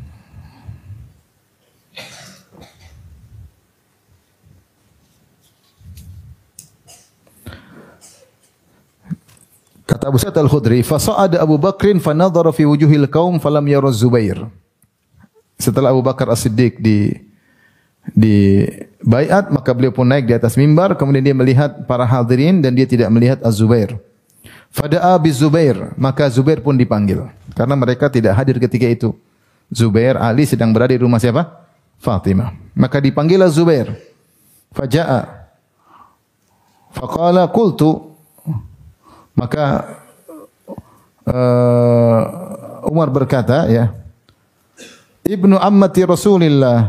Kata Abu Sa'id Al-Khudri, "Fasa'ada Abu Bakrin fanadhara fi wujuhil qaum falam yara Zubair." Setelah Abu Bakar As-Siddiq di di baiat, maka beliau pun naik di atas mimbar, kemudian dia melihat para hadirin dan dia tidak melihat Az-Zubair. Fada'a biz-Zubair, maka Zubair pun dipanggil karena mereka tidak hadir ketika itu. Zubair, Ali sedang berada di rumah siapa? Fatimah. Maka dipanggillah Zubair. Faja'a. Faqala qultu. Maka uh, Umar berkata, ya, Ibnu ammati Rasulillah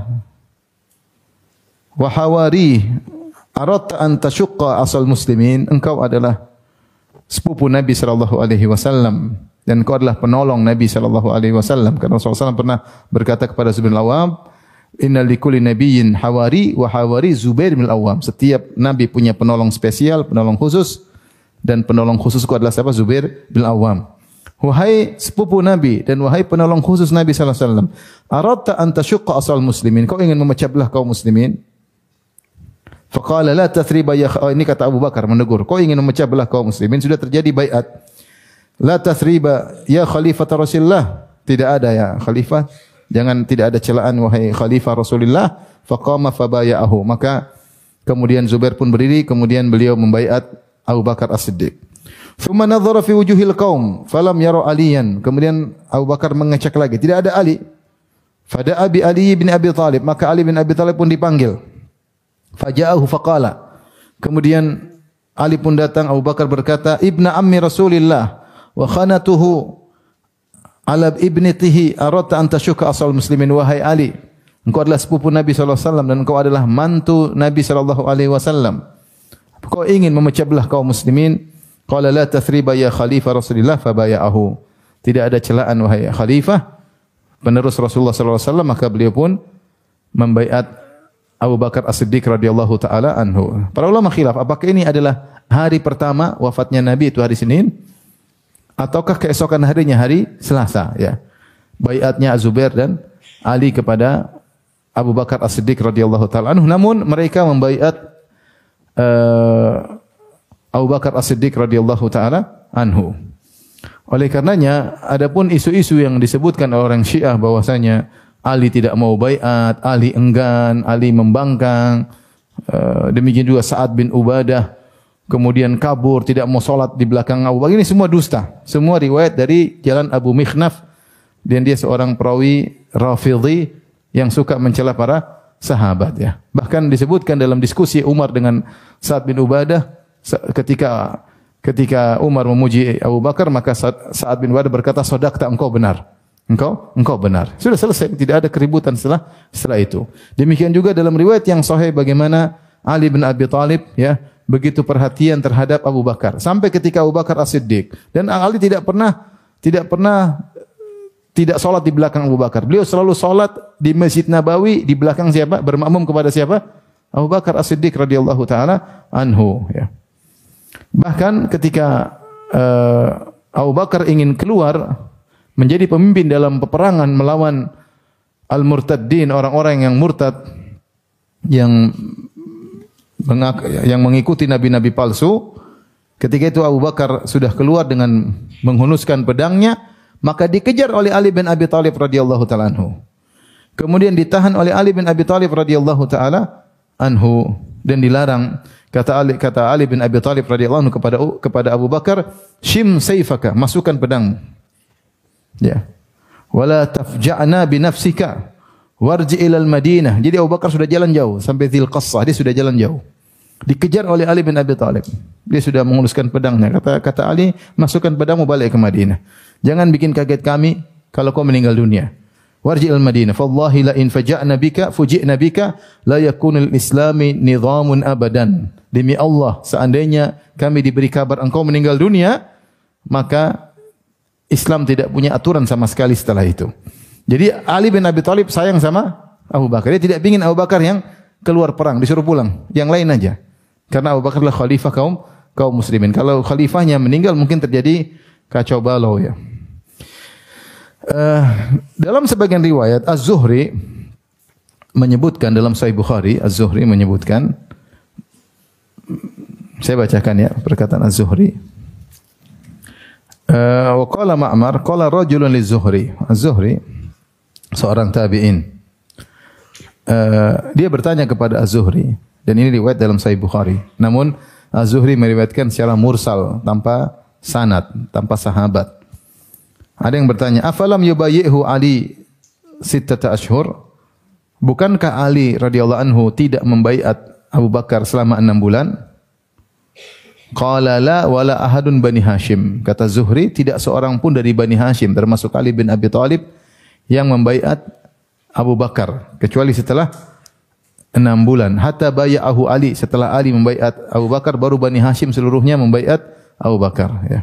wa hawari aradta an tashqa asal muslimin. Engkau adalah sepupu Nabi sallallahu alaihi wasallam dan engkau adalah penolong Nabi sallallahu alaihi wasallam. Karena Rasulullah shallallahu alaihi wasallam pernah berkata kepada Zubair bin Al-Awwam, inna likulli nabiyyin hawari wa hawari Zubair bin Al-Awwam. Setiap nabi punya penolong spesial, penolong khusus, dan penolong khususku adalah siapa? Zubair bin Al-Awwam. Wahai sepupu Nabi dan wahai penolong khusus Nabi sallallahu alaihi wasallam, aradta an tashqa asal muslimin. Kau ingin memecah belah kaum muslimin? Faqala la tathriba ya oh, ini kata Abu Bakar menegur. Kau ingin memecah belah kaum muslimin, sudah terjadi baiat. La tathriba ya khalifah Rasulullah. Tidak ada ya khalifah. Jangan tidak ada celaan wahai khalifah Rasulullah. Faqama fabaya'ahu. Maka kemudian Zubair pun berdiri, kemudian beliau membaiat Abu Bakar As-Siddiq. Thumma nadhara fi wujuhil qaum falam yara Aliyan. Kemudian Abu Bakar mengecek lagi, tidak ada Ali. Fada'a bi Ali bin Abi Thalib. Maka Ali bin Abi Thalib pun dipanggil. Faja'ahu faqala. Kemudian Ali pun datang, Abu Bakar berkata, Ibna ammi Rasulillah wa khanatuhu ala ibnatihi aradta an tashuka asal muslimin. Wahai Ali, engkau adalah sepupu Nabi sallallahu alaihi wasallam dan engkau adalah mantu Nabi sallallahu alaihi wasallam. Kau ingin memecah belah kaum muslimin? Qala la tathriba ya khalifah Rasulillah fabaya'ahu. Tidak ada celaan wahai khalifah penerus Rasulullah sallallahu alaihi wasallam, maka beliau pun membaiat Abu Bakar As-Siddiq radhiyallahu taala anhu. Para ulama khilaf apakah ini adalah hari pertama wafatnya Nabi itu hari Senin ataukah keesokan harinya hari Selasa, ya. Baiatnya Zubair dan Ali kepada Abu Bakar As-Siddiq radhiyallahu taala anhu. Namun mereka membaiat uh, Abu Bakar As-Siddiq radhiyallahu taala anhu. Oleh karenanya, adapun isu-isu yang disebutkan oleh orang Syiah bahwasanya Ali tidak mau baiat, Ali enggan, Ali membangkang, uh, demikian juga Sa'ad bin Ubadah kemudian kabur, tidak mau salat di belakang Abu Bakar, ini semua dusta. Semua riwayat dari jalan Abu Mikhnaf dan dia seorang perawi Rafidhi yang suka mencela para sahabat, ya. Bahkan disebutkan dalam diskusi Umar dengan Sa'ad bin Ubadah ketika ketika Umar memuji Abu Bakar, maka Sa'ad bin Ubadah berkata, "Shadaqta, engkau benar." Engkau engkau benar. Sudah selesai, tidak ada keributan setelah setelah itu. Demikian juga dalam riwayat yang sahih bagaimana Ali bin Abi Thalib, ya, begitu perhatian terhadap Abu Bakar sampai ketika Abu Bakar As-Siddiq, dan Ali tidak pernah tidak pernah tidak salat di belakang Abu Bakar. Beliau selalu salat di Masjid Nabawi di belakang siapa? Bermakmum kepada siapa? Abu Bakar As-Siddiq radhiyallahu taala anhu, ya. Bahkan ketika uh, Abu Bakar ingin keluar menjadi pemimpin dalam peperangan melawan al-murtaddin, orang-orang yang murtad, yang yang mengikuti nabi-nabi palsu, ketika itu Abu Bakar sudah keluar dengan menghunuskan pedangnya, maka dikejar oleh Ali bin Abi Thalib radhiyallahu taala anhu. Kemudian ditahan oleh Ali bin Abi Thalib radhiyallahu taala anhu dan dilarang. Kata Ali, kata Ali bin Abi Thalib radhiyallahu anhu kepada kepada Abu Bakar, "Shim sayfaka," masukkan pedang. Ya. "Wala tafja'na bi nafsika warji ilal Madinah." Jadi Abu Bakar sudah jalan jauh sampai Dzil Qassah, dia sudah jalan jauh. Dikejar oleh Ali bin Abi Thalib. Dia sudah menguruskan pedangnya. Kata kata Ali, "Masukkan pedangmu balik ke Madinah. Jangan bikin kaget kami kalau kau meninggal dunia." Warji ilal Madinah. "Fallahi la in faja'na bika fuji'na bika la yakunul islami nidhamun abadan." Demi Allah, seandainya kami diberi kabar engkau meninggal dunia, maka Islam tidak punya aturan sama sekali setelah itu. Jadi Ali bin Abi Thalib sayang sama Abu Bakar. Dia tidak ingin Abu Bakar yang keluar perang, disuruh pulang. Yang lain aja. Karena Abu Bakar adalah khalifah kaum kaum muslimin. Kalau khalifahnya meninggal mungkin terjadi kacau balau, ya. Uh, dalam sebagian riwayat Az-Zuhri menyebutkan dalam Sahih Bukhari, Az-Zuhri menyebutkan, saya bacakan ya perkataan Az-Zuhri. Uh, wa qala Ma'mar qala rajulun liz-Zuhri. Az-Zuhri seorang tabi'in. Uh, dia bertanya kepada Az-Zuhri, dan ini riwayat dalam Sahih Bukhari. Namun Az-Zuhri meriwayatkan secara mursal, tanpa sanad, tanpa sahabat. Ada yang bertanya, "Afalam yubayyihu Ali sittata ashhur? Bukankah Ali radhiyallahu anhu tidak membaiat Abu Bakar selama enam bulan? Qala la wala ahadun Bani Hashim. Kata Zuhri, tidak seorang pun dari Bani Hashim termasuk Ali bin Abi Thalib yang membaiat Abu Bakar kecuali setelah enam bulan. Hatta baya'ahu Ali, setelah Ali membaiat Abu Bakar baru Bani Hashim seluruhnya membaiat Abu Bakar, ya.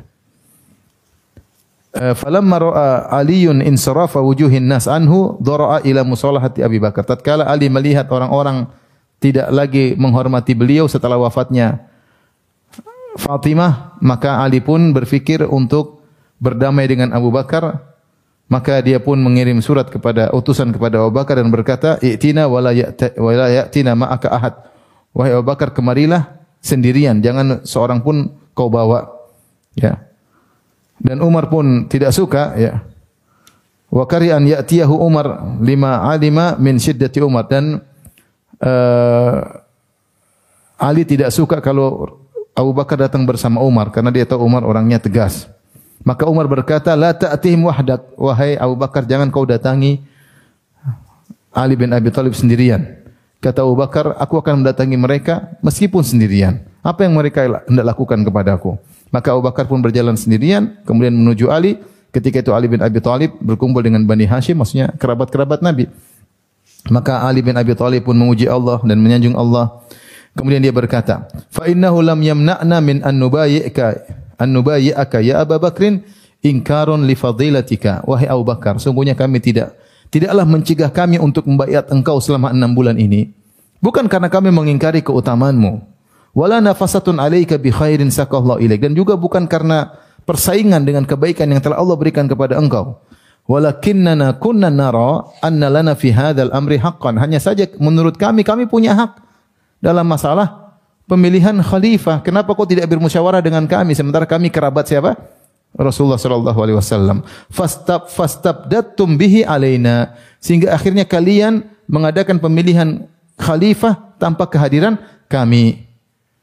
Falamma ra'a Aliun insarafa wujuhin nas anhu dara'a ila musalahati Abi Bakar. Tatkala Ali melihat orang-orang tidak lagi menghormati beliau setelah wafatnya Fatimah, maka Ali pun berfikir untuk berdamai dengan Abu Bakar. Maka dia pun mengirim surat kepada utusan kepada Abu Bakar dan berkata, "I'tina wala ya'tina ma'aka ahad." Wahai Abu Bakar, kemarilah sendirian, jangan seorang pun kau bawa. Ya. Dan Umar pun tidak suka, ya. Wa kari an ya'tiyahu Umar lima alima min syiddati Umar, dan uh, Ali tidak suka kalau Abu Bakar datang bersama Umar karena dia tahu Umar orangnya tegas. Maka Umar berkata, "La ta'tihim wahdak." Wahai Abu Bakar, jangan kau datangi Ali bin Abi Thalib sendirian. Kata Abu Bakar, "Aku akan mendatangi mereka meskipun sendirian. Apa yang mereka hendak lakukan kepadaku?" Maka Abu Bakar pun berjalan sendirian kemudian menuju Ali. Ketika itu Ali bin Abi Thalib berkumpul dengan Bani Hashim, maksudnya kerabat-kerabat Nabi. Maka Ali bin Abi Thalib pun memuji Allah dan menyanjung Allah. Kemudian dia berkata, "Fa innahu lam yamna'na min an nubayyi'aka an nubayyi'aka ya Abu Bakrin inkarun li fadilatika." Wahai Abu Bakar, sungguhnya kami tidak tidaklah mencegah kami untuk membaiat engkau selama enam bulan ini, bukan karena kami mengingkari keutamaanmu. Wala nafasatun 'alaika bi khairin saqallahu ilaik, dan juga bukan karena persaingan dengan kebaikan yang telah Allah berikan kepada engkau. Walakinnana kunna nara anna lana fi hadzal amri haqqan. Hanya saja menurut kami kami punya hak dalam masalah pemilihan khalifah. Kenapa kau tidak bermusyawarah dengan kami sementara kami kerabat siapa? Rasulullah sallallahu alaihi wasallam. Fastab fastabdattum bihi alaina, sehingga akhirnya kalian mengadakan pemilihan khalifah tanpa kehadiran kami.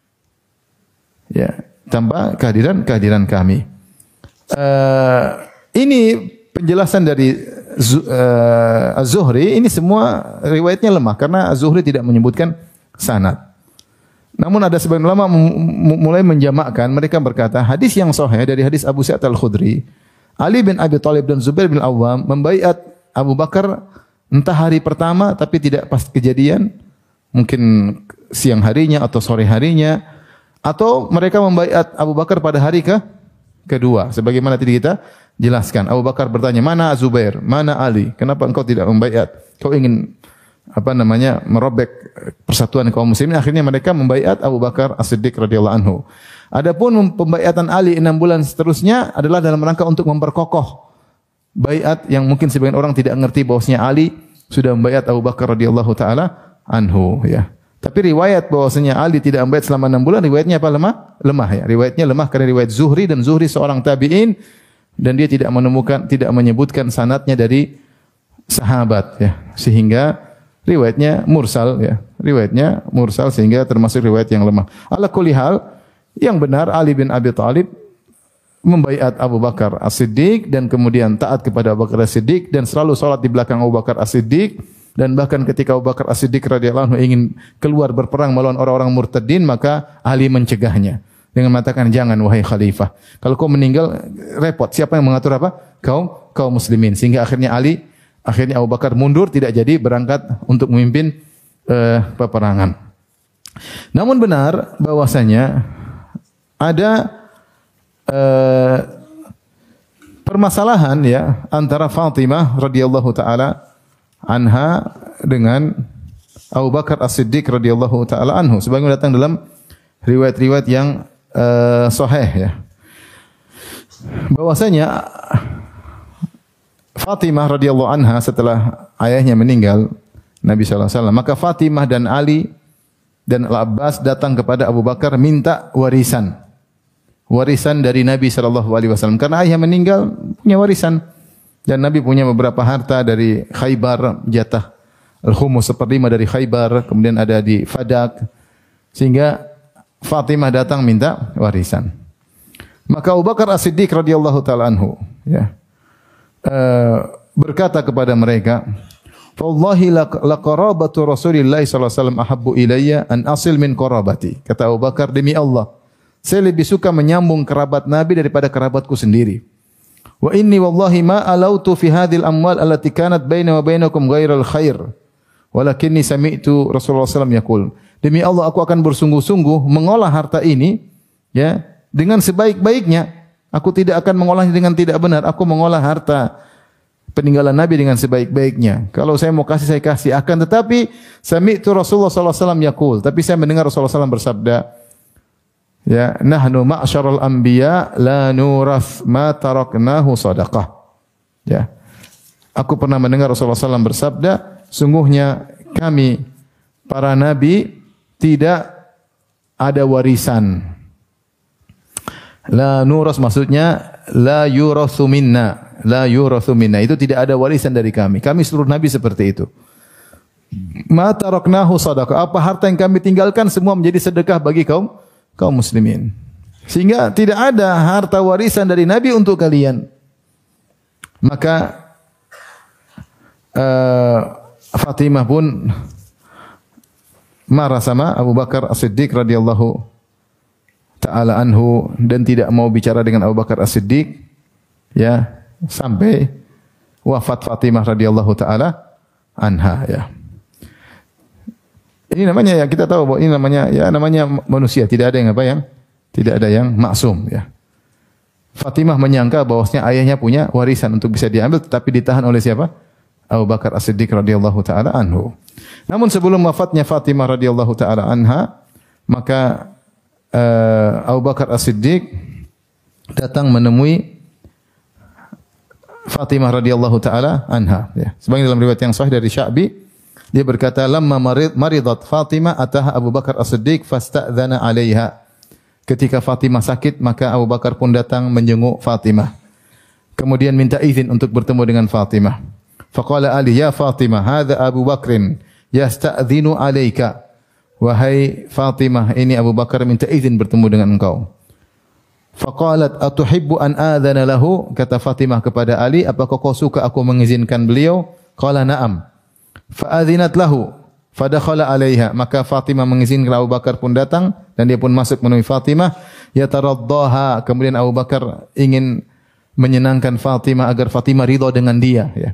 Ya, tanpa kehadiran kehadiran kami. Uh, ini penjelasan dari uh, Az-Zuhri, ini semua riwayatnya lemah karena Az-Zuhri tidak menyebutkan sanad. Namun ada sebagian ulama mulai menjamakkan, mereka berkata hadis yang sahih dari hadis Abu Sa'id Al-Khudri, Ali bin Abi Thalib dan Zubair bin Awam membaiat Abu Bakar entah hari pertama tapi tidak pas kejadian, mungkin siang harinya atau sore harinya, atau mereka membaiat Abu Bakar pada hari ke kedua. Sebagaimana tadi kita jelaskan, Abu Bakar bertanya, "Mana Zubair? Mana Ali? Kenapa engkau tidak membaiat? Kau ingin apa namanya merobek persatuan kaum muslimin?" Akhirnya mereka membaiat Abu Bakar As-Siddiq radhiyallahu anhu. Adapun pembaiatan Ali enam bulan seterusnya adalah dalam rangka untuk memperkokoh baiat yang mungkin sebagian orang tidak mengerti bahwasanya Ali sudah membaiat Abu Bakar radhiyallahu taala anhu, ya. Tapi riwayat bahwasanya Ali tidak membaiat selama enam bulan, riwayatnya apa? Lemah? Lemah, ya. Riwayatnya lemah karena riwayat Zuhri, dan Zuhri seorang tabi'in dan dia tidak menemukan, tidak menyebutkan sanadnya dari sahabat, ya. Sehingga riwayatnya mursal, ya. Riwayatnya mursal sehingga termasuk riwayat yang lemah. Ala kulli hal, yang benar Ali bin Abi Thalib membaiat Abu Bakar As-Siddiq dan kemudian taat kepada Abu Bakar As-Siddiq dan selalu salat di belakang Abu Bakar As-Siddiq. Dan bahkan ketika Abu Bakar As-Siddiq radhiyallahu anhu ingin keluar berperang melawan orang-orang murtadin, maka Ali mencegahnya dengan mengatakan, "Jangan wahai khalifah. Kalau kau meninggal repot. Siapa yang mengatur apa? Kaum kaum muslimin." Sehingga akhirnya Ali, akhirnya Abu Bakar mundur, tidak jadi berangkat untuk memimpin uh, peperangan. Namun benar bahwasanya ada uh, permasalahan, ya, antara Fatimah radhiyallahu taala anha dengan Abu Bakar As-Siddiq radhiyallahu taala anhu, sebagaimana datang dalam riwayat-riwayat yang uh, sahih, ya. Bahwasanya Fatimah radhiyallahu anha setelah ayahnya meninggal Nabi sallallahu alaihi wasallam, maka Fatimah dan Ali dan Al-Abbas datang kepada Abu Bakar minta warisan. Warisan dari Nabi sallallahu alaihi wasallam karena ayahnya meninggal punya warisan. Dan Nabi punya beberapa harta dari Khaybar, jatah al-khumus seperlima dari Khaybar, kemudian ada di Fadak, sehingga Fatimah datang minta warisan. Maka Abu Bakar As-Siddiq radhiyallahu taala anhu, ya, uh, berkata kepada mereka, "Wallahi la qarabatu Rasulillah sallallahu alaihi wasallam ahabbu ilayya an asil min qarabati." Kata Abu Bakar, demi Allah, saya lebih suka menyambung kerabat Nabi daripada kerabatku sendiri. Wa inni wallahi ma alautu fi hadhil amwal allati kanat baina wa bainakum ghairal khair. Walakinni sami'tu Rasulullah sallallahu alaihi wasallam yaqul. Demi Allah aku akan bersungguh-sungguh mengolah harta ini ya dengan sebaik-baiknya. Aku tidak akan mengolahnya dengan tidak benar. Aku mengolah harta peninggalan Nabi dengan sebaik-baiknya. Kalau saya mau kasih saya kasih. Akan tetapi sami'tu Rasulullah sallallahu alaihi wasallam yaqul. Tapi saya mendengar Rasulullah sallallahu alaihi wasallam bersabda, ya, nahnu ma'syarul anbiya la nurath ma taraknahu sadaqah. Ya. Aku pernah mendengar Rasulullah sallallahu alaihi wasallam bersabda, sungguhnya kami para nabi tidak ada warisan. La nuras maksudnya la yurathu minna, la yurathu minna. Itu tidak ada warisan dari kami. Kami seluruh nabi seperti itu. Ma taraknahu sadaqah. Apa harta yang kami tinggalkan semua menjadi sedekah bagi kaum kaum muslimin. Sehingga tidak ada harta warisan dari nabi untuk kalian. Maka uh, Fatimah pun marah sama Abu Bakar As-Siddiq radhiyallahu ta'ala anhu dan tidak mau bicara dengan Abu Bakar As-Siddiq ya sampai wafat Fatimah radhiyallahu ta'ala anha ya. Ini namanya ya kita tahu bahwa ini namanya ya namanya manusia, tidak ada yang apa yang tidak ada yang maksum ya. Fatimah menyangka bahwasanya ayahnya punya warisan untuk bisa diambil tetapi ditahan oleh siapa? Abu Bakar As-Siddiq radhiyallahu ta'ala anhu. Namun sebelum wafatnya Fatimah radhiyallahu ta'ala anha, maka uh, Abu Bakar As-Siddiq datang menemui Fatimah radhiyallahu ta'ala anha. Ya. Sebagaimana dalam riwayat yang sahih dari Sya'bi, dia berkata, "Lamma marid, maridat Fatimah ataha Abu Bakar As-Siddiq fasta'dzana 'alaiha." Ketika Fatimah sakit, maka Abu Bakar pun datang menjenguk Fatimah. Kemudian minta izin untuk bertemu dengan Fatimah. Faqala Ali, "Ya Fatimah, hadza Abu Bakrin yasta'dzinu 'alaika." Wahai Fatimah, ini Abu Bakar minta izin bertemu dengan engkau. Faqalat, "Atuhibbu an adzana lahu?" Kata Fatimah kepada Ali, "Apakah kau suka aku mengizinkan beliau?" Qala, "Na'am." Fa'adzinat lahu, fadakhala 'alaiha. Maka Fatimah mengizinkan, Abu Bakar pun datang dan dia pun masuk menemui Fatimah. Yataraddaha, kemudian Abu Bakar ingin menyenangkan Fatimah agar Fatimah ridha dengan dia ya.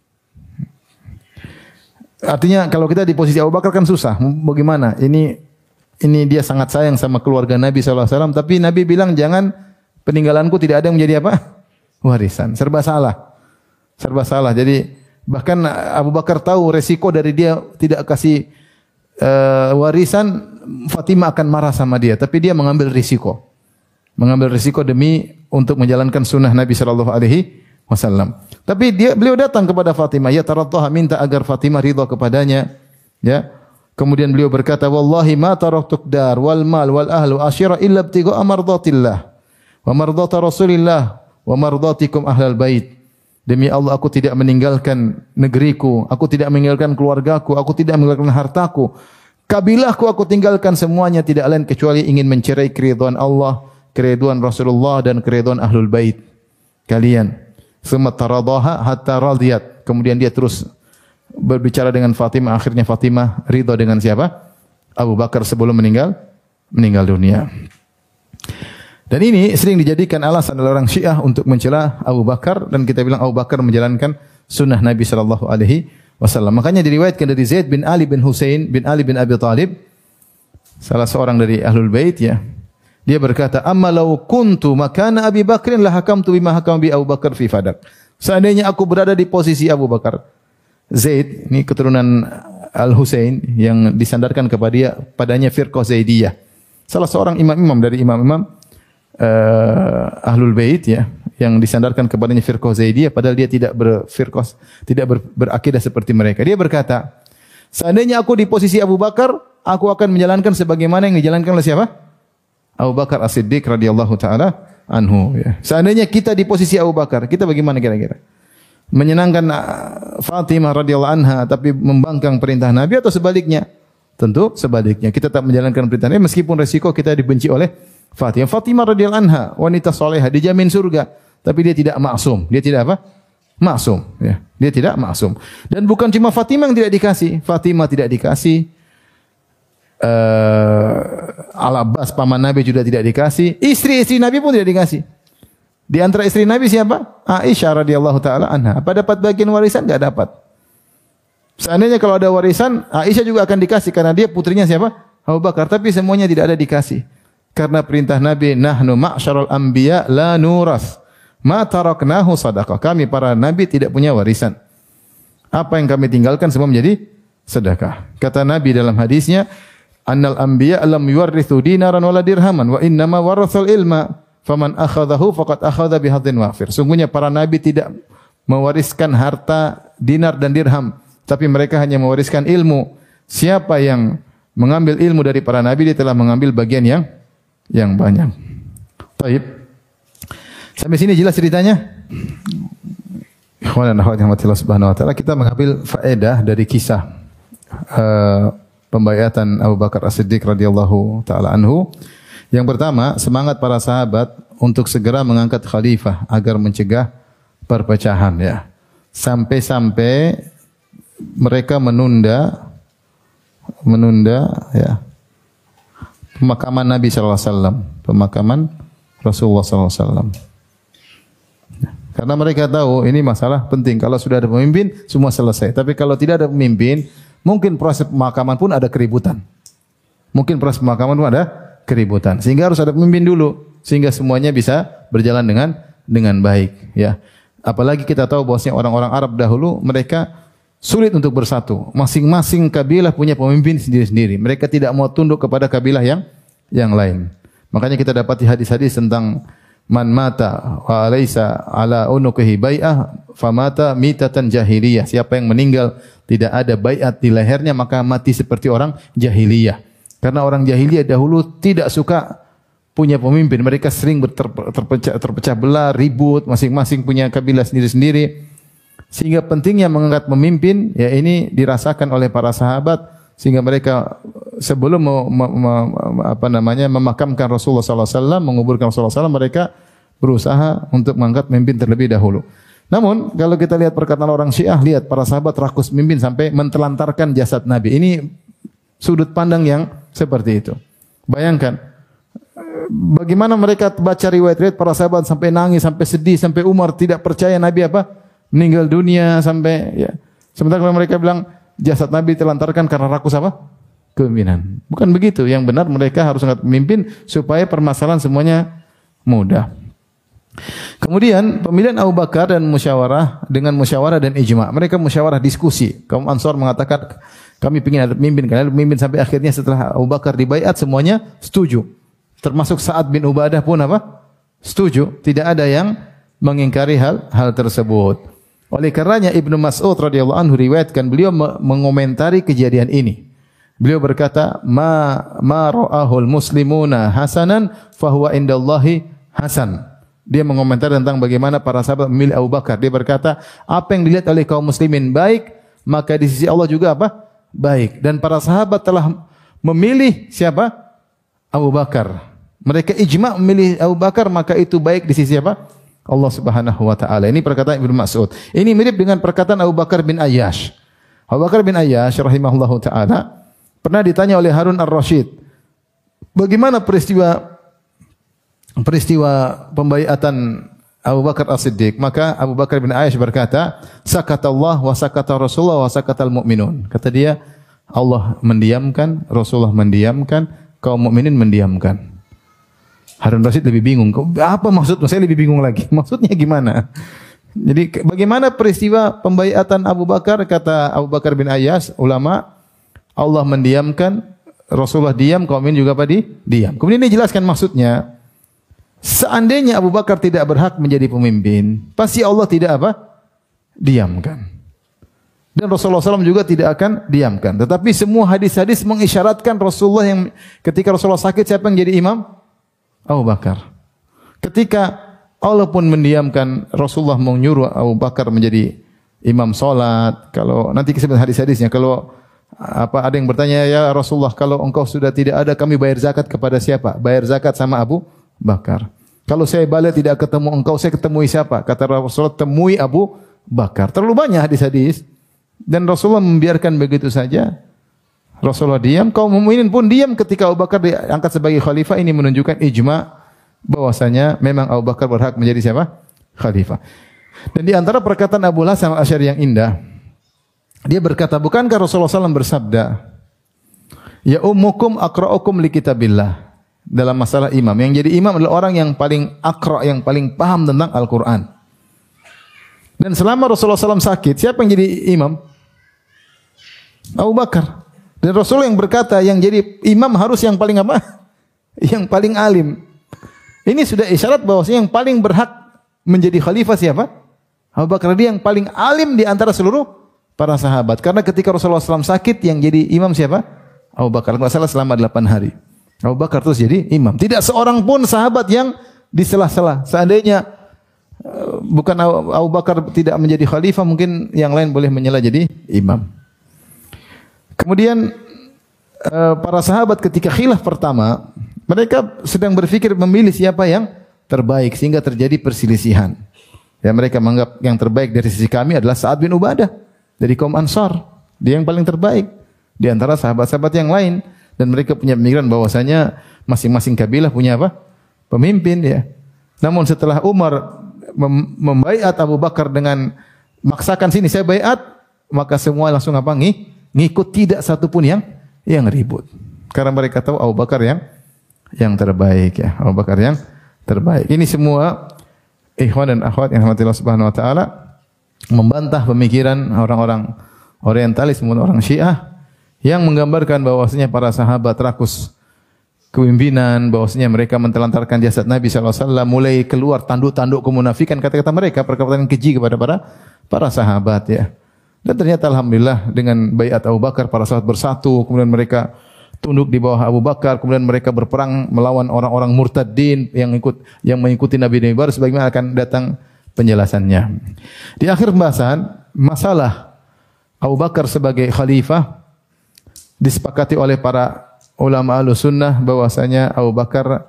Artinya kalau kita di posisi Abu Bakar kan susah. Bagaimana? Ini ini dia sangat sayang sama keluarga Nabi sallallahu alaihi wasallam, tapi Nabi bilang jangan peninggalanku tidak ada yang menjadi apa? Warisan. Serba salah. Serba salah. Jadi bahkan Abu Bakar tahu resiko dari dia tidak kasih uh, warisan, Fatimah akan marah sama dia, tapi dia mengambil risiko. Mengambil risiko demi untuk menjalankan sunnah Nabi sallallahu alaihi wasallam. Tapi dia beliau datang kepada Fatimah, ya taraddaha, minta agar Fatimah ridha kepadanya, ya. Kemudian beliau berkata, "Wallahi ma taraktuk dar wal mal wal ahlu asyira illa ibtigha mardatillah wa mardata Rasulillah wa mardatikum ahlal bait." Demi Allah aku tidak meninggalkan negeriku, aku tidak meninggalkan keluargaku, aku tidak meninggalkan hartaku. Kabilahku aku tinggalkan semuanya tidak lain kecuali ingin mencerai keridhaan Allah, keridhaan Rasulullah dan keridhaan ahlul bait kalian. Summa taradaha hatta radiyat. Kemudian dia terus berbicara dengan Fatimah, akhirnya Fatimah ridha dengan siapa? Abu Bakar sebelum meninggal meninggal dunia. Dan ini sering dijadikan alasan oleh orang Syiah untuk mencela Abu Bakar, dan kita bilang Abu Bakar menjalankan sunnah Nabi sallallahu alaihi wasallam. Makanya diriwayatkan dari Zaid bin Ali bin Husain bin Ali bin Abi Thalib, salah seorang dari Ahlul Bait ya. Dia berkata, "Amma law kuntu makana Abi Bakrin la hakamtu bima hakama bi Abu Bakar fi Fadak." Seandainya aku berada di posisi Abu Bakar. Zaid ini keturunan Al-Husain yang disandarkan kepada dia padanya firqah Zaidiyah. Salah seorang imam-imam dari imam-imam uh, Ahlul Bait ya, yang disandarkan kepadanya firqah Zaidiyah padahal dia tidak berfirqah, tidak ber, berakidah seperti mereka. Dia berkata, "Seandainya aku di posisi Abu Bakar, aku akan menjalankan sebagaimana yang dijalankan oleh siapa? Abu Bakar As-Siddiq radhiyallahu taala anhu ya. Seandainya kita di posisi Abu Bakar, kita bagaimana kira-kira? Menyenangkan Fatimah radhiyallahu anha tapi membangkang perintah Nabi atau sebaliknya? Tentu sebaliknya. Kita tetap menjalankan perintah Nabi meskipun resiko kita dibenci oleh Fatimah. Fatimah radhiyallahu anha wanita salehah dijamin surga, tapi dia tidak maksum. Dia tidak apa? Maksum ya. Dia tidak maksum. Dan bukan cuma Fatimah yang tidak dikasih. Fatimah tidak dikasih. Uh, Al-Abbas paman Nabi juga tidak dikasih. Istri-istri Nabi pun tidak dikasih. Di antara istri Nabi siapa? Aisyah radhiyallahu taala anha. Apa dapat bagian warisan? Enggak dapat. Seandainya kalau ada warisan, Aisyah juga akan dikasih karena dia putrinya siapa? Abu Bakar. Tapi semuanya tidak ada dikasih. Karena perintah Nabi, nahnu ma'syarul anbiya la nuras. Ma taraknahu sadaqah. Kami para nabi tidak punya warisan. Apa yang kami tinggalkan semua menjadi sedekah. Kata Nabi dalam hadisnya, annal anbiya lam yuwarrithu dinaran wala dirhaman wa innama warathul ilma. Faman akhadahu faqad akhadha bihadzin wafir. Sungguhnya para nabi tidak mewariskan harta dinar dan dirham, tapi mereka hanya mewariskan ilmu. Siapa yang mengambil ilmu dari para nabi, dia telah mengambil bagian yang yang banyak. Baik. Sampai sini jelas ceritanya? Ikhwan dan akhwat yang dirahmati Allah Subhanahu wa taala, kita mengambil faedah dari kisah uh, pembaiatan Abu Bakar As-Siddiq radhiyallahu taala anhu. Yang pertama, semangat para sahabat untuk segera mengangkat khalifah agar mencegah perpecahan ya. Sampai-sampai mereka menunda menunda ya pemakaman Nabi sallallahu alaihi wasallam, pemakaman Rasulullah sallallahu alaihi wasallam. Karena mereka tahu ini masalah penting. Kalau sudah ada pemimpin, semua selesai. Tapi kalau tidak ada pemimpin, mungkin proses pemakaman pun ada keributan. Mungkin proses pemakaman pun ada keributan. Sehingga harus ada pemimpin dulu, sehingga semuanya bisa berjalan dengan dengan baik. Ya, apalagi kita tahu bahwasanya orang-orang Arab dahulu mereka sulit untuk bersatu. Masing-masing kabilah punya pemimpin sendiri-sendiri. Mereka tidak mau tunduk kepada kabilah yang yang lain. Makanya kita dapati hadis-hadis tentang man mata wa alaysa ala unukihi bai'ah famata mitatan jahiliyah. Siapa yang meninggal tidak ada baiat di lehernya maka mati seperti orang jahiliyah. Karena orang jahiliyah dahulu tidak suka punya pemimpin. Mereka sering terpecah, terpecah belah, ribut, masing-masing punya kabilah sendiri-sendiri. Sehingga pentingnya mengangkat pemimpin, ya ini dirasakan oleh para sahabat. Sehingga mereka sebelum me, me, me, apa namanya memakamkan Rasulullah sallallahu alaihi wasallam, menguburkan Rasulullah sallallahu alaihi wasallam, mereka berusaha untuk mengangkat pemimpin terlebih dahulu. Namun kalau kita lihat perkataan orang Syiah, lihat para sahabat rakus pemimpin sampai mentelantarkan jasad Nabi. Ini sudut pandang yang seperti itu. Bayangkan bagaimana mereka baca riwayat-riwayat para sahabat sampai nangis, sampai sedih, sampai Umar tidak percaya Nabi apa meninggal dunia sampai ya. Sementara mereka bilang jasad Nabi telantarkan karena rakus apa? Kepemimpinan. Bukan begitu. Yang benar mereka harus angkat pemimpin supaya permasalahan semuanya mudah. Kemudian pemilihan Abu Bakar dan musyawarah dengan musyawarah dan ijma. Mereka musyawarah diskusi. Kaum Ansar mengatakan kami ingin ada pemimpin, karena ada pemimpin sampai akhirnya setelah Abu Bakar dibaiat semuanya setuju. Termasuk Sa'ad bin Ubadah pun apa? Setuju. Tidak ada yang mengingkari hal hal tersebut. Oleh karenanya Ibnu Mas'ud radhiyallahu anhu riwayatkan beliau mengomentari kejadian ini. Beliau berkata, "Ma ma ra'ahul muslimuna hasanan fahuwa indallahi hasan." Dia mengomentari tentang bagaimana para sahabat memilih Abu Bakar. Dia berkata, apa yang dilihat oleh kaum muslimin baik, maka di sisi Allah juga apa? Baik. Dan para sahabat telah memilih siapa? Abu Bakar. Mereka ijma' memilih Abu Bakar, maka itu baik di sisi apa? Allah Subhanahu wa taala. Ini perkataan Ibnu Mas'ud. Ini mirip dengan perkataan Abu Bakar bin Ayyash. Abu Bakar bin Ayyash rahimahullahu taala pernah ditanya oleh Harun Ar-Rasyid, bagaimana peristiwa peristiwa pembaiatan Abu Bakar As-Siddiq? Maka Abu Bakar bin Ayyash berkata, "Sakatallah wa sakata Rasulullah wa sakatal mu'minun." Kata dia, Allah mendiamkan, Rasulullah mendiamkan, kaum mukminin mendiamkan. Harun Rasyid lebih bingung. Apa maksudnya? Saya lebih bingung lagi. Maksudnya gimana? Jadi bagaimana peristiwa pembaiatan Abu Bakar? Kata Abu Bakar bin Ayyash, ulama, Allah mendiamkan, Rasulullah diam, kaum mukminin juga apa di? Diam. Kemudian ini jelaskan maksudnya. Seandainya Abu Bakar tidak berhak menjadi pemimpin, pasti Allah tidak apa? Diamkan. Dan Rasulullah shallallahu alaihi wasallam juga tidak akan diamkan. Tetapi semua hadis-hadis mengisyaratkan Rasulullah yang ketika Rasulullah sakit, siapa yang jadi imam? Abu Bakar. Ketika Allah pun mendiamkan, Rasulullah menyuruh Abu Bakar menjadi imam solat. Kalau nanti kita sebut hadis-hadisnya, kalau apa ada yang bertanya, ya Rasulullah, kalau engkau sudah tidak ada, kami bayar zakat kepada siapa? Bayar zakat sama Abu Bakar. Kalau saya balik tidak ketemu engkau, saya ketemu siapa? Kata Rasulullah, temui Abu Bakar. Terlalu banyak hadis-hadis dan Rasulullah membiarkan begitu saja. Rasulullah diam, kaum mukminin pun diam ketika Abu Bakar diangkat sebagai khalifah. Ini menunjukkan ijma bahwasanya memang Abu Bakar berhak menjadi siapa? Khalifah. Dan di antara perkataan Abu Hasan Al-Asy'ari yang indah, dia berkata, bukankah Rasulullah shallallahu alaihi wasallam bersabda, ya ummukum aqra'ukum li kitabillah, dalam masalah imam. Yang jadi imam adalah orang yang paling aqra', yang paling paham tentang Al-Quran. Dan selama Rasulullah shallallahu alaihi wasallam sakit, siapa yang jadi imam? Abu Bakar. Dan Rasul yang berkata yang jadi imam harus yang paling apa? Yang paling alim. Ini sudah isyarat bahwasanya yang paling berhak menjadi khalifah siapa? Abu Bakar. Dia yang paling alim di antara seluruh para sahabat. Karena ketika Rasulullah shallallahu alaihi wasallam sakit, yang jadi imam siapa? Abu Bakar. Kalau salah selama delapan hari. Abu Bakar terus jadi imam. Tidak seorang pun sahabat yang disela-sela. Seandainya uh, bukan Abu Bakar tidak menjadi khalifah, mungkin yang lain boleh menyela jadi imam. Kemudian uh, para sahabat ketika khilaf pertama, mereka sedang berpikir memilih siapa yang terbaik sehingga terjadi perselisihan. Ya, mereka menganggap yang terbaik dari sisi kami adalah Sa'ad bin Ubadah dari kaum Ansar. Dia yang paling terbaik di antara sahabat-sahabat yang lain, dan mereka punya pemikiran bahwasanya masing-masing kabilah punya apa? Pemimpin, ya. Namun setelah Umar mem membaiat Abu Bakar dengan maksakan sini saya baiat, maka semua langsung apa? Ngih, ngikut, tidak satu pun yang yang ribut. Karena mereka tahu Abu Bakar yang yang terbaik, ya. Abu Bakar yang terbaik. Ini semua ikhwan dan akhwat yang dirahmati Allah Subhanahu wa taala membantah pemikiran orang-orang orientalis maupun orang Syiah yang menggambarkan bahwasanya para sahabat rakus kepemimpinan, bahwasanya mereka mentelantarkan jasad Nabi sallallahu alaihi wasallam, mulai keluar tanduk-tanduk kemunafikan, kata-kata mereka, perkataan keji kepada para para sahabat, ya. Dan ternyata alhamdulillah dengan baiat Abu Bakar para sahabat bersatu, kemudian mereka tunduk di bawah Abu Bakar, kemudian mereka berperang melawan orang-orang murtadin yang ikut yang mengikuti Nabi Nabi baru, sebagaimana akan datang penjelasannya. Di akhir pembahasan masalah Abu Bakar sebagai khalifah disepakati oleh para ulama Ahlussunnah bahwasanya Abu Bakar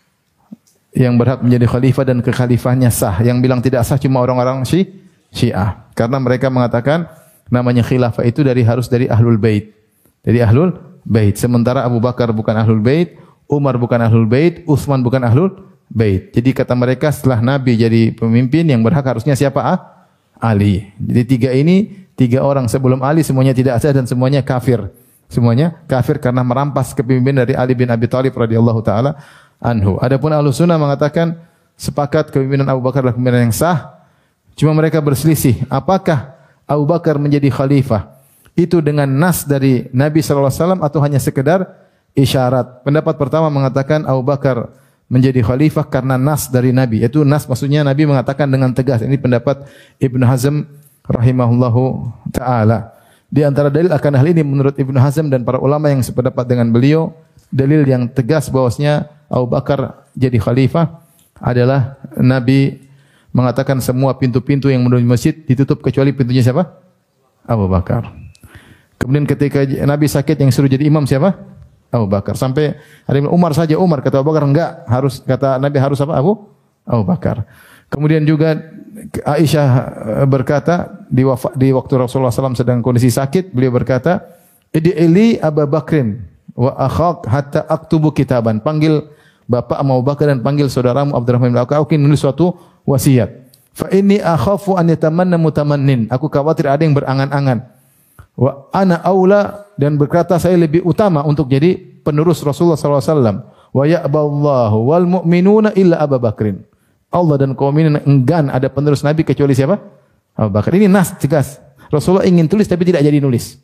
yang berhak menjadi khalifah dan kekhalifahnya sah. Yang bilang tidak sah cuma orang-orang Syi Syiah. Karena mereka mengatakan namanya khilafah itu dari harus dari Ahlul Bait. Dari Ahlul Bait. Sementara Abu Bakar bukan Ahlul Bait, Umar bukan Ahlul Bait, Utsman bukan Ahlul Bait. Jadi kata mereka setelah Nabi jadi pemimpin yang berhak harusnya siapa? Ah? Ali. Jadi tiga ini, tiga orang sebelum Ali semuanya tidak sah dan semuanya kafir. Semuanya kafir karena merampas kepemimpinan dari Ali bin Abi Thalib radhiyallahu taala anhu. Adapun Ahlussunnah mengatakan sepakat kepemimpinan Abu Bakar adalah kepemimpinan yang sah. Cuma mereka berselisih, apakah Abu Bakar menjadi khalifah itu dengan nas dari Nabi sallallahu alaihi wasallam atau hanya sekedar isyarat. Pendapat pertama mengatakan Abu Bakar menjadi khalifah karena nas dari Nabi. Itu nas maksudnya Nabi mengatakan dengan tegas. Ini pendapat Ibnu Hazm rahimahullahu taala. Di antara dalil akan hal ini menurut Ibnu Hazm dan para ulama yang sependapat dengan beliau, dalil yang tegas bahwasanya Abu Bakar jadi khalifah adalah Nabi mengatakan semua pintu-pintu yang menuju masjid ditutup kecuali pintunya siapa? Abu Bakar. Kemudian ketika Nabi sakit yang suruh jadi imam siapa? Abu Bakar. Sampai ada yang Umar saja, Umar, kata Abu Bakar enggak, harus kata Nabi harus apa? Abu Abu Bakar. Kemudian juga Aisyah berkata di, wafat, di waktu Rasulullah sallallahu alaihi wasallam sedang kondisi sakit, beliau berkata, "Idili Abu Bakrin wa akhak hatta aktubu kitaban." Panggil bapak Abu Bakar dan panggil saudaramu Abdurrahman bin Auf, aku ingin menulis suatu wasiat. Fa inni akhafu an yatamanna mutamannin. Aku khawatir ada yang berangan-angan. Wa ana aula, dan berkata saya lebih utama untuk jadi penerus Rasulullah sallallahu alaihi wasallam. Wa ya'ballahu wal mu'minuna illa Abu Bakrin. Allah dan kaum mukminin enggan ada penerus Nabi kecuali siapa? Abu Bakar. Ini nas tegas. Rasulullah ingin tulis tapi tidak jadi nulis.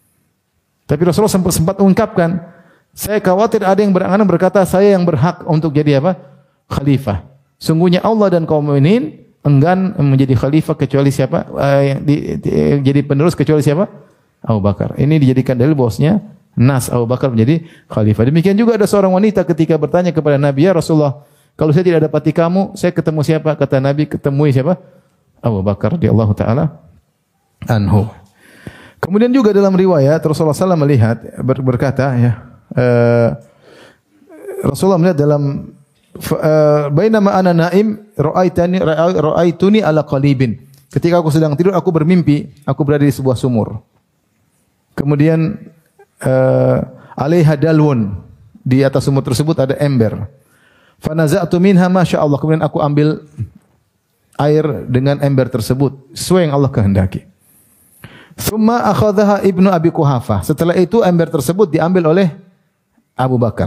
Tapi Rasulullah sempat, sempat mengungkapkan, saya khawatir ada yang berangan berkata saya yang berhak untuk jadi apa? Khalifah. Sungguhnya Allah dan kaum mukminin enggan menjadi khalifah kecuali siapa? Uh, yang di, di, jadi penerus kecuali siapa? Abu Bakar. Ini dijadikan dalil bosnya nas Abu Bakar menjadi khalifah. Demikian juga ada seorang wanita ketika bertanya kepada Nabi, ya Rasulullah, kalau saya tidak dapati kamu, saya ketemu siapa? Kata Nabi, ketemui siapa? Abu Bakar radhiyallahu taala anhu. Kemudian juga dalam riwayat Rasulullah sallallahu alaihi wasallam melihat ber, berkata ya, uh, Rasulullah melihat dalam uh, bainama ana naim ra'aitani ra'aituni ala qalibin. Ketika aku sedang tidur, aku bermimpi, aku berada di sebuah sumur. Kemudian uh, alaiha dalwun, di atas sumur tersebut ada ember. Fanaza'tu minha ma Allah. Kemudian aku ambil air dengan ember tersebut sesuai yang Allah kehendaki. Thumma akhadhaha Ibnu Abi Quhafah. Setelah itu ember tersebut diambil oleh Abu Bakar.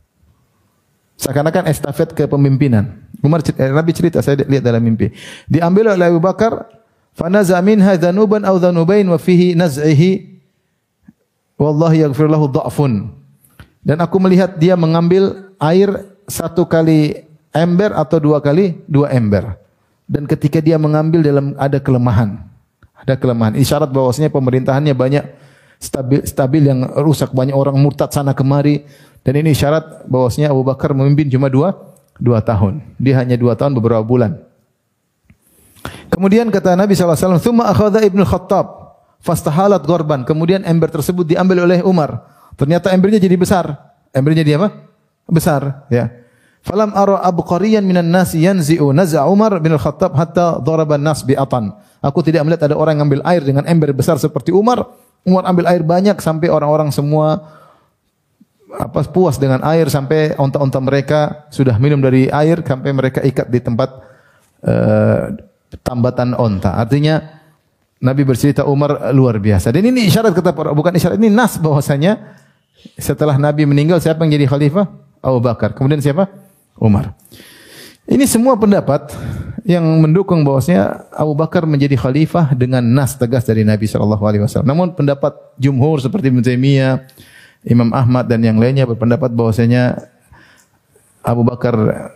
Seakan-akan estafet kepemimpinan. Umar eh, Nabi cerita, saya lihat dalam mimpi. Diambil oleh Abu Bakar, fanaza minha dhanuban aw dhanubain wa fihi naz'ihi wallahi yaghfir lahu dha'fun. Dan aku melihat dia mengambil air satu kali ember atau dua kali dua ember. Dan ketika dia mengambil dalam ada kelemahan. Ada kelemahan. Isyarat bahwasanya pemerintahannya banyak stabil, stabil yang rusak, banyak orang murtad sana kemari. Dan ini isyarat bahwasanya Abu Bakar memimpin cuma dua, dua tahun. Dia hanya dua tahun beberapa bulan. Kemudian kata Nabi shallallahu alaihi wasallam, "Tsumma akhadha Ibnu Khattab fastahalat ghorban." Kemudian ember tersebut diambil oleh Umar. Ternyata embernya jadi besar. Embernya dia apa? Besar, ya. Falam ara abqariyan minan nasi yanzi'u naz'a Umar bin Al-Khattab hatta daraba an-nas bi'atan. Aku tidak melihat ada orang yang ambil air dengan ember besar seperti Umar. Umar ambil air banyak sampai orang-orang semua apa puas dengan air, sampai onta-onta mereka sudah minum dari air sampai mereka ikat di tempat uh, tambatan onta. Artinya Nabi bercerita Umar luar biasa. Dan ini isyarat kata bukan isyarat, ini nas bahwasanya setelah Nabi meninggal siapa yang jadi khalifah? Abu Bakar. Kemudian siapa? Umar. Ini semua pendapat yang mendukung bahwasanya Abu Bakar menjadi khalifah dengan nas tegas dari Nabi sallallahu alaihi wasallam. Namun pendapat jumhur seperti Ibnu Taimiyah, Imam Ahmad dan yang lainnya berpendapat bahwasanya Abu Bakar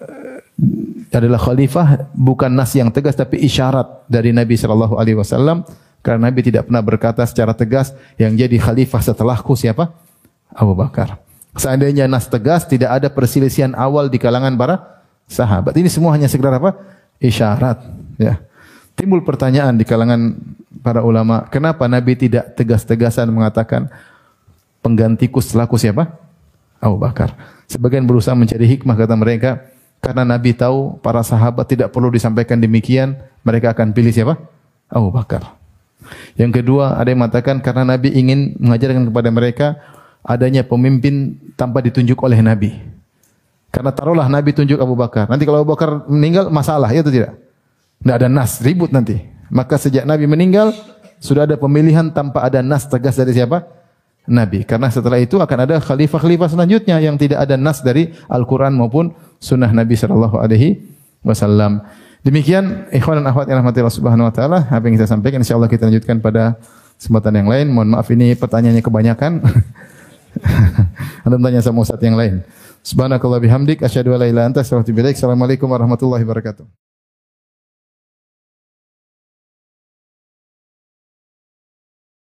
adalah khalifah bukan nas yang tegas tapi isyarat dari Nabi sallallahu alaihi wasallam, karena Nabi tidak pernah berkata secara tegas yang jadi khalifah setelahku siapa? Abu Bakar. Seandainya nas tegas, tidak ada perselisihan awal di kalangan para sahabat. Ini semua hanya sekedar apa? Isyarat. Ya. Timbul pertanyaan di kalangan para ulama, kenapa Nabi tidak tegas-tegasan mengatakan penggantiku setelahku siapa? Abu Bakar. Sebagian berusaha mencari hikmah, kata mereka, karena Nabi tahu para sahabat tidak perlu disampaikan demikian, mereka akan pilih siapa? Abu Bakar. Yang kedua, ada yang mengatakan karena Nabi ingin mengajarkan kepada mereka adanya pemimpin tanpa ditunjuk oleh Nabi. Karena taruhlah Nabi tunjuk Abu Bakar. Nanti kalau Abu Bakar meninggal masalah, ya atau tidak? Tidak ada nas, ribut nanti. Maka sejak Nabi meninggal sudah ada pemilihan tanpa ada nas tegas dari siapa? Nabi. Karena setelah itu akan ada khalifah-khalifah selanjutnya yang tidak ada nas dari Al-Quran maupun sunnah Nabi sallallahu alaihi wasallam. Demikian ikhwan dan akhwat yang rahmati Allah Subhanahu wa taala, apa yang kita sampaikan insyaallah kita lanjutkan pada kesempatan yang lain. Mohon maaf ini pertanyaannya kebanyakan. Anda bertanya sama ustaz yang lain. Subhanakallah bihamdik asyhadu an la ilaha illa anta astaghfiruka wa atubu ilaik. Assalamualaikum warahmatullahi wabarakatuh.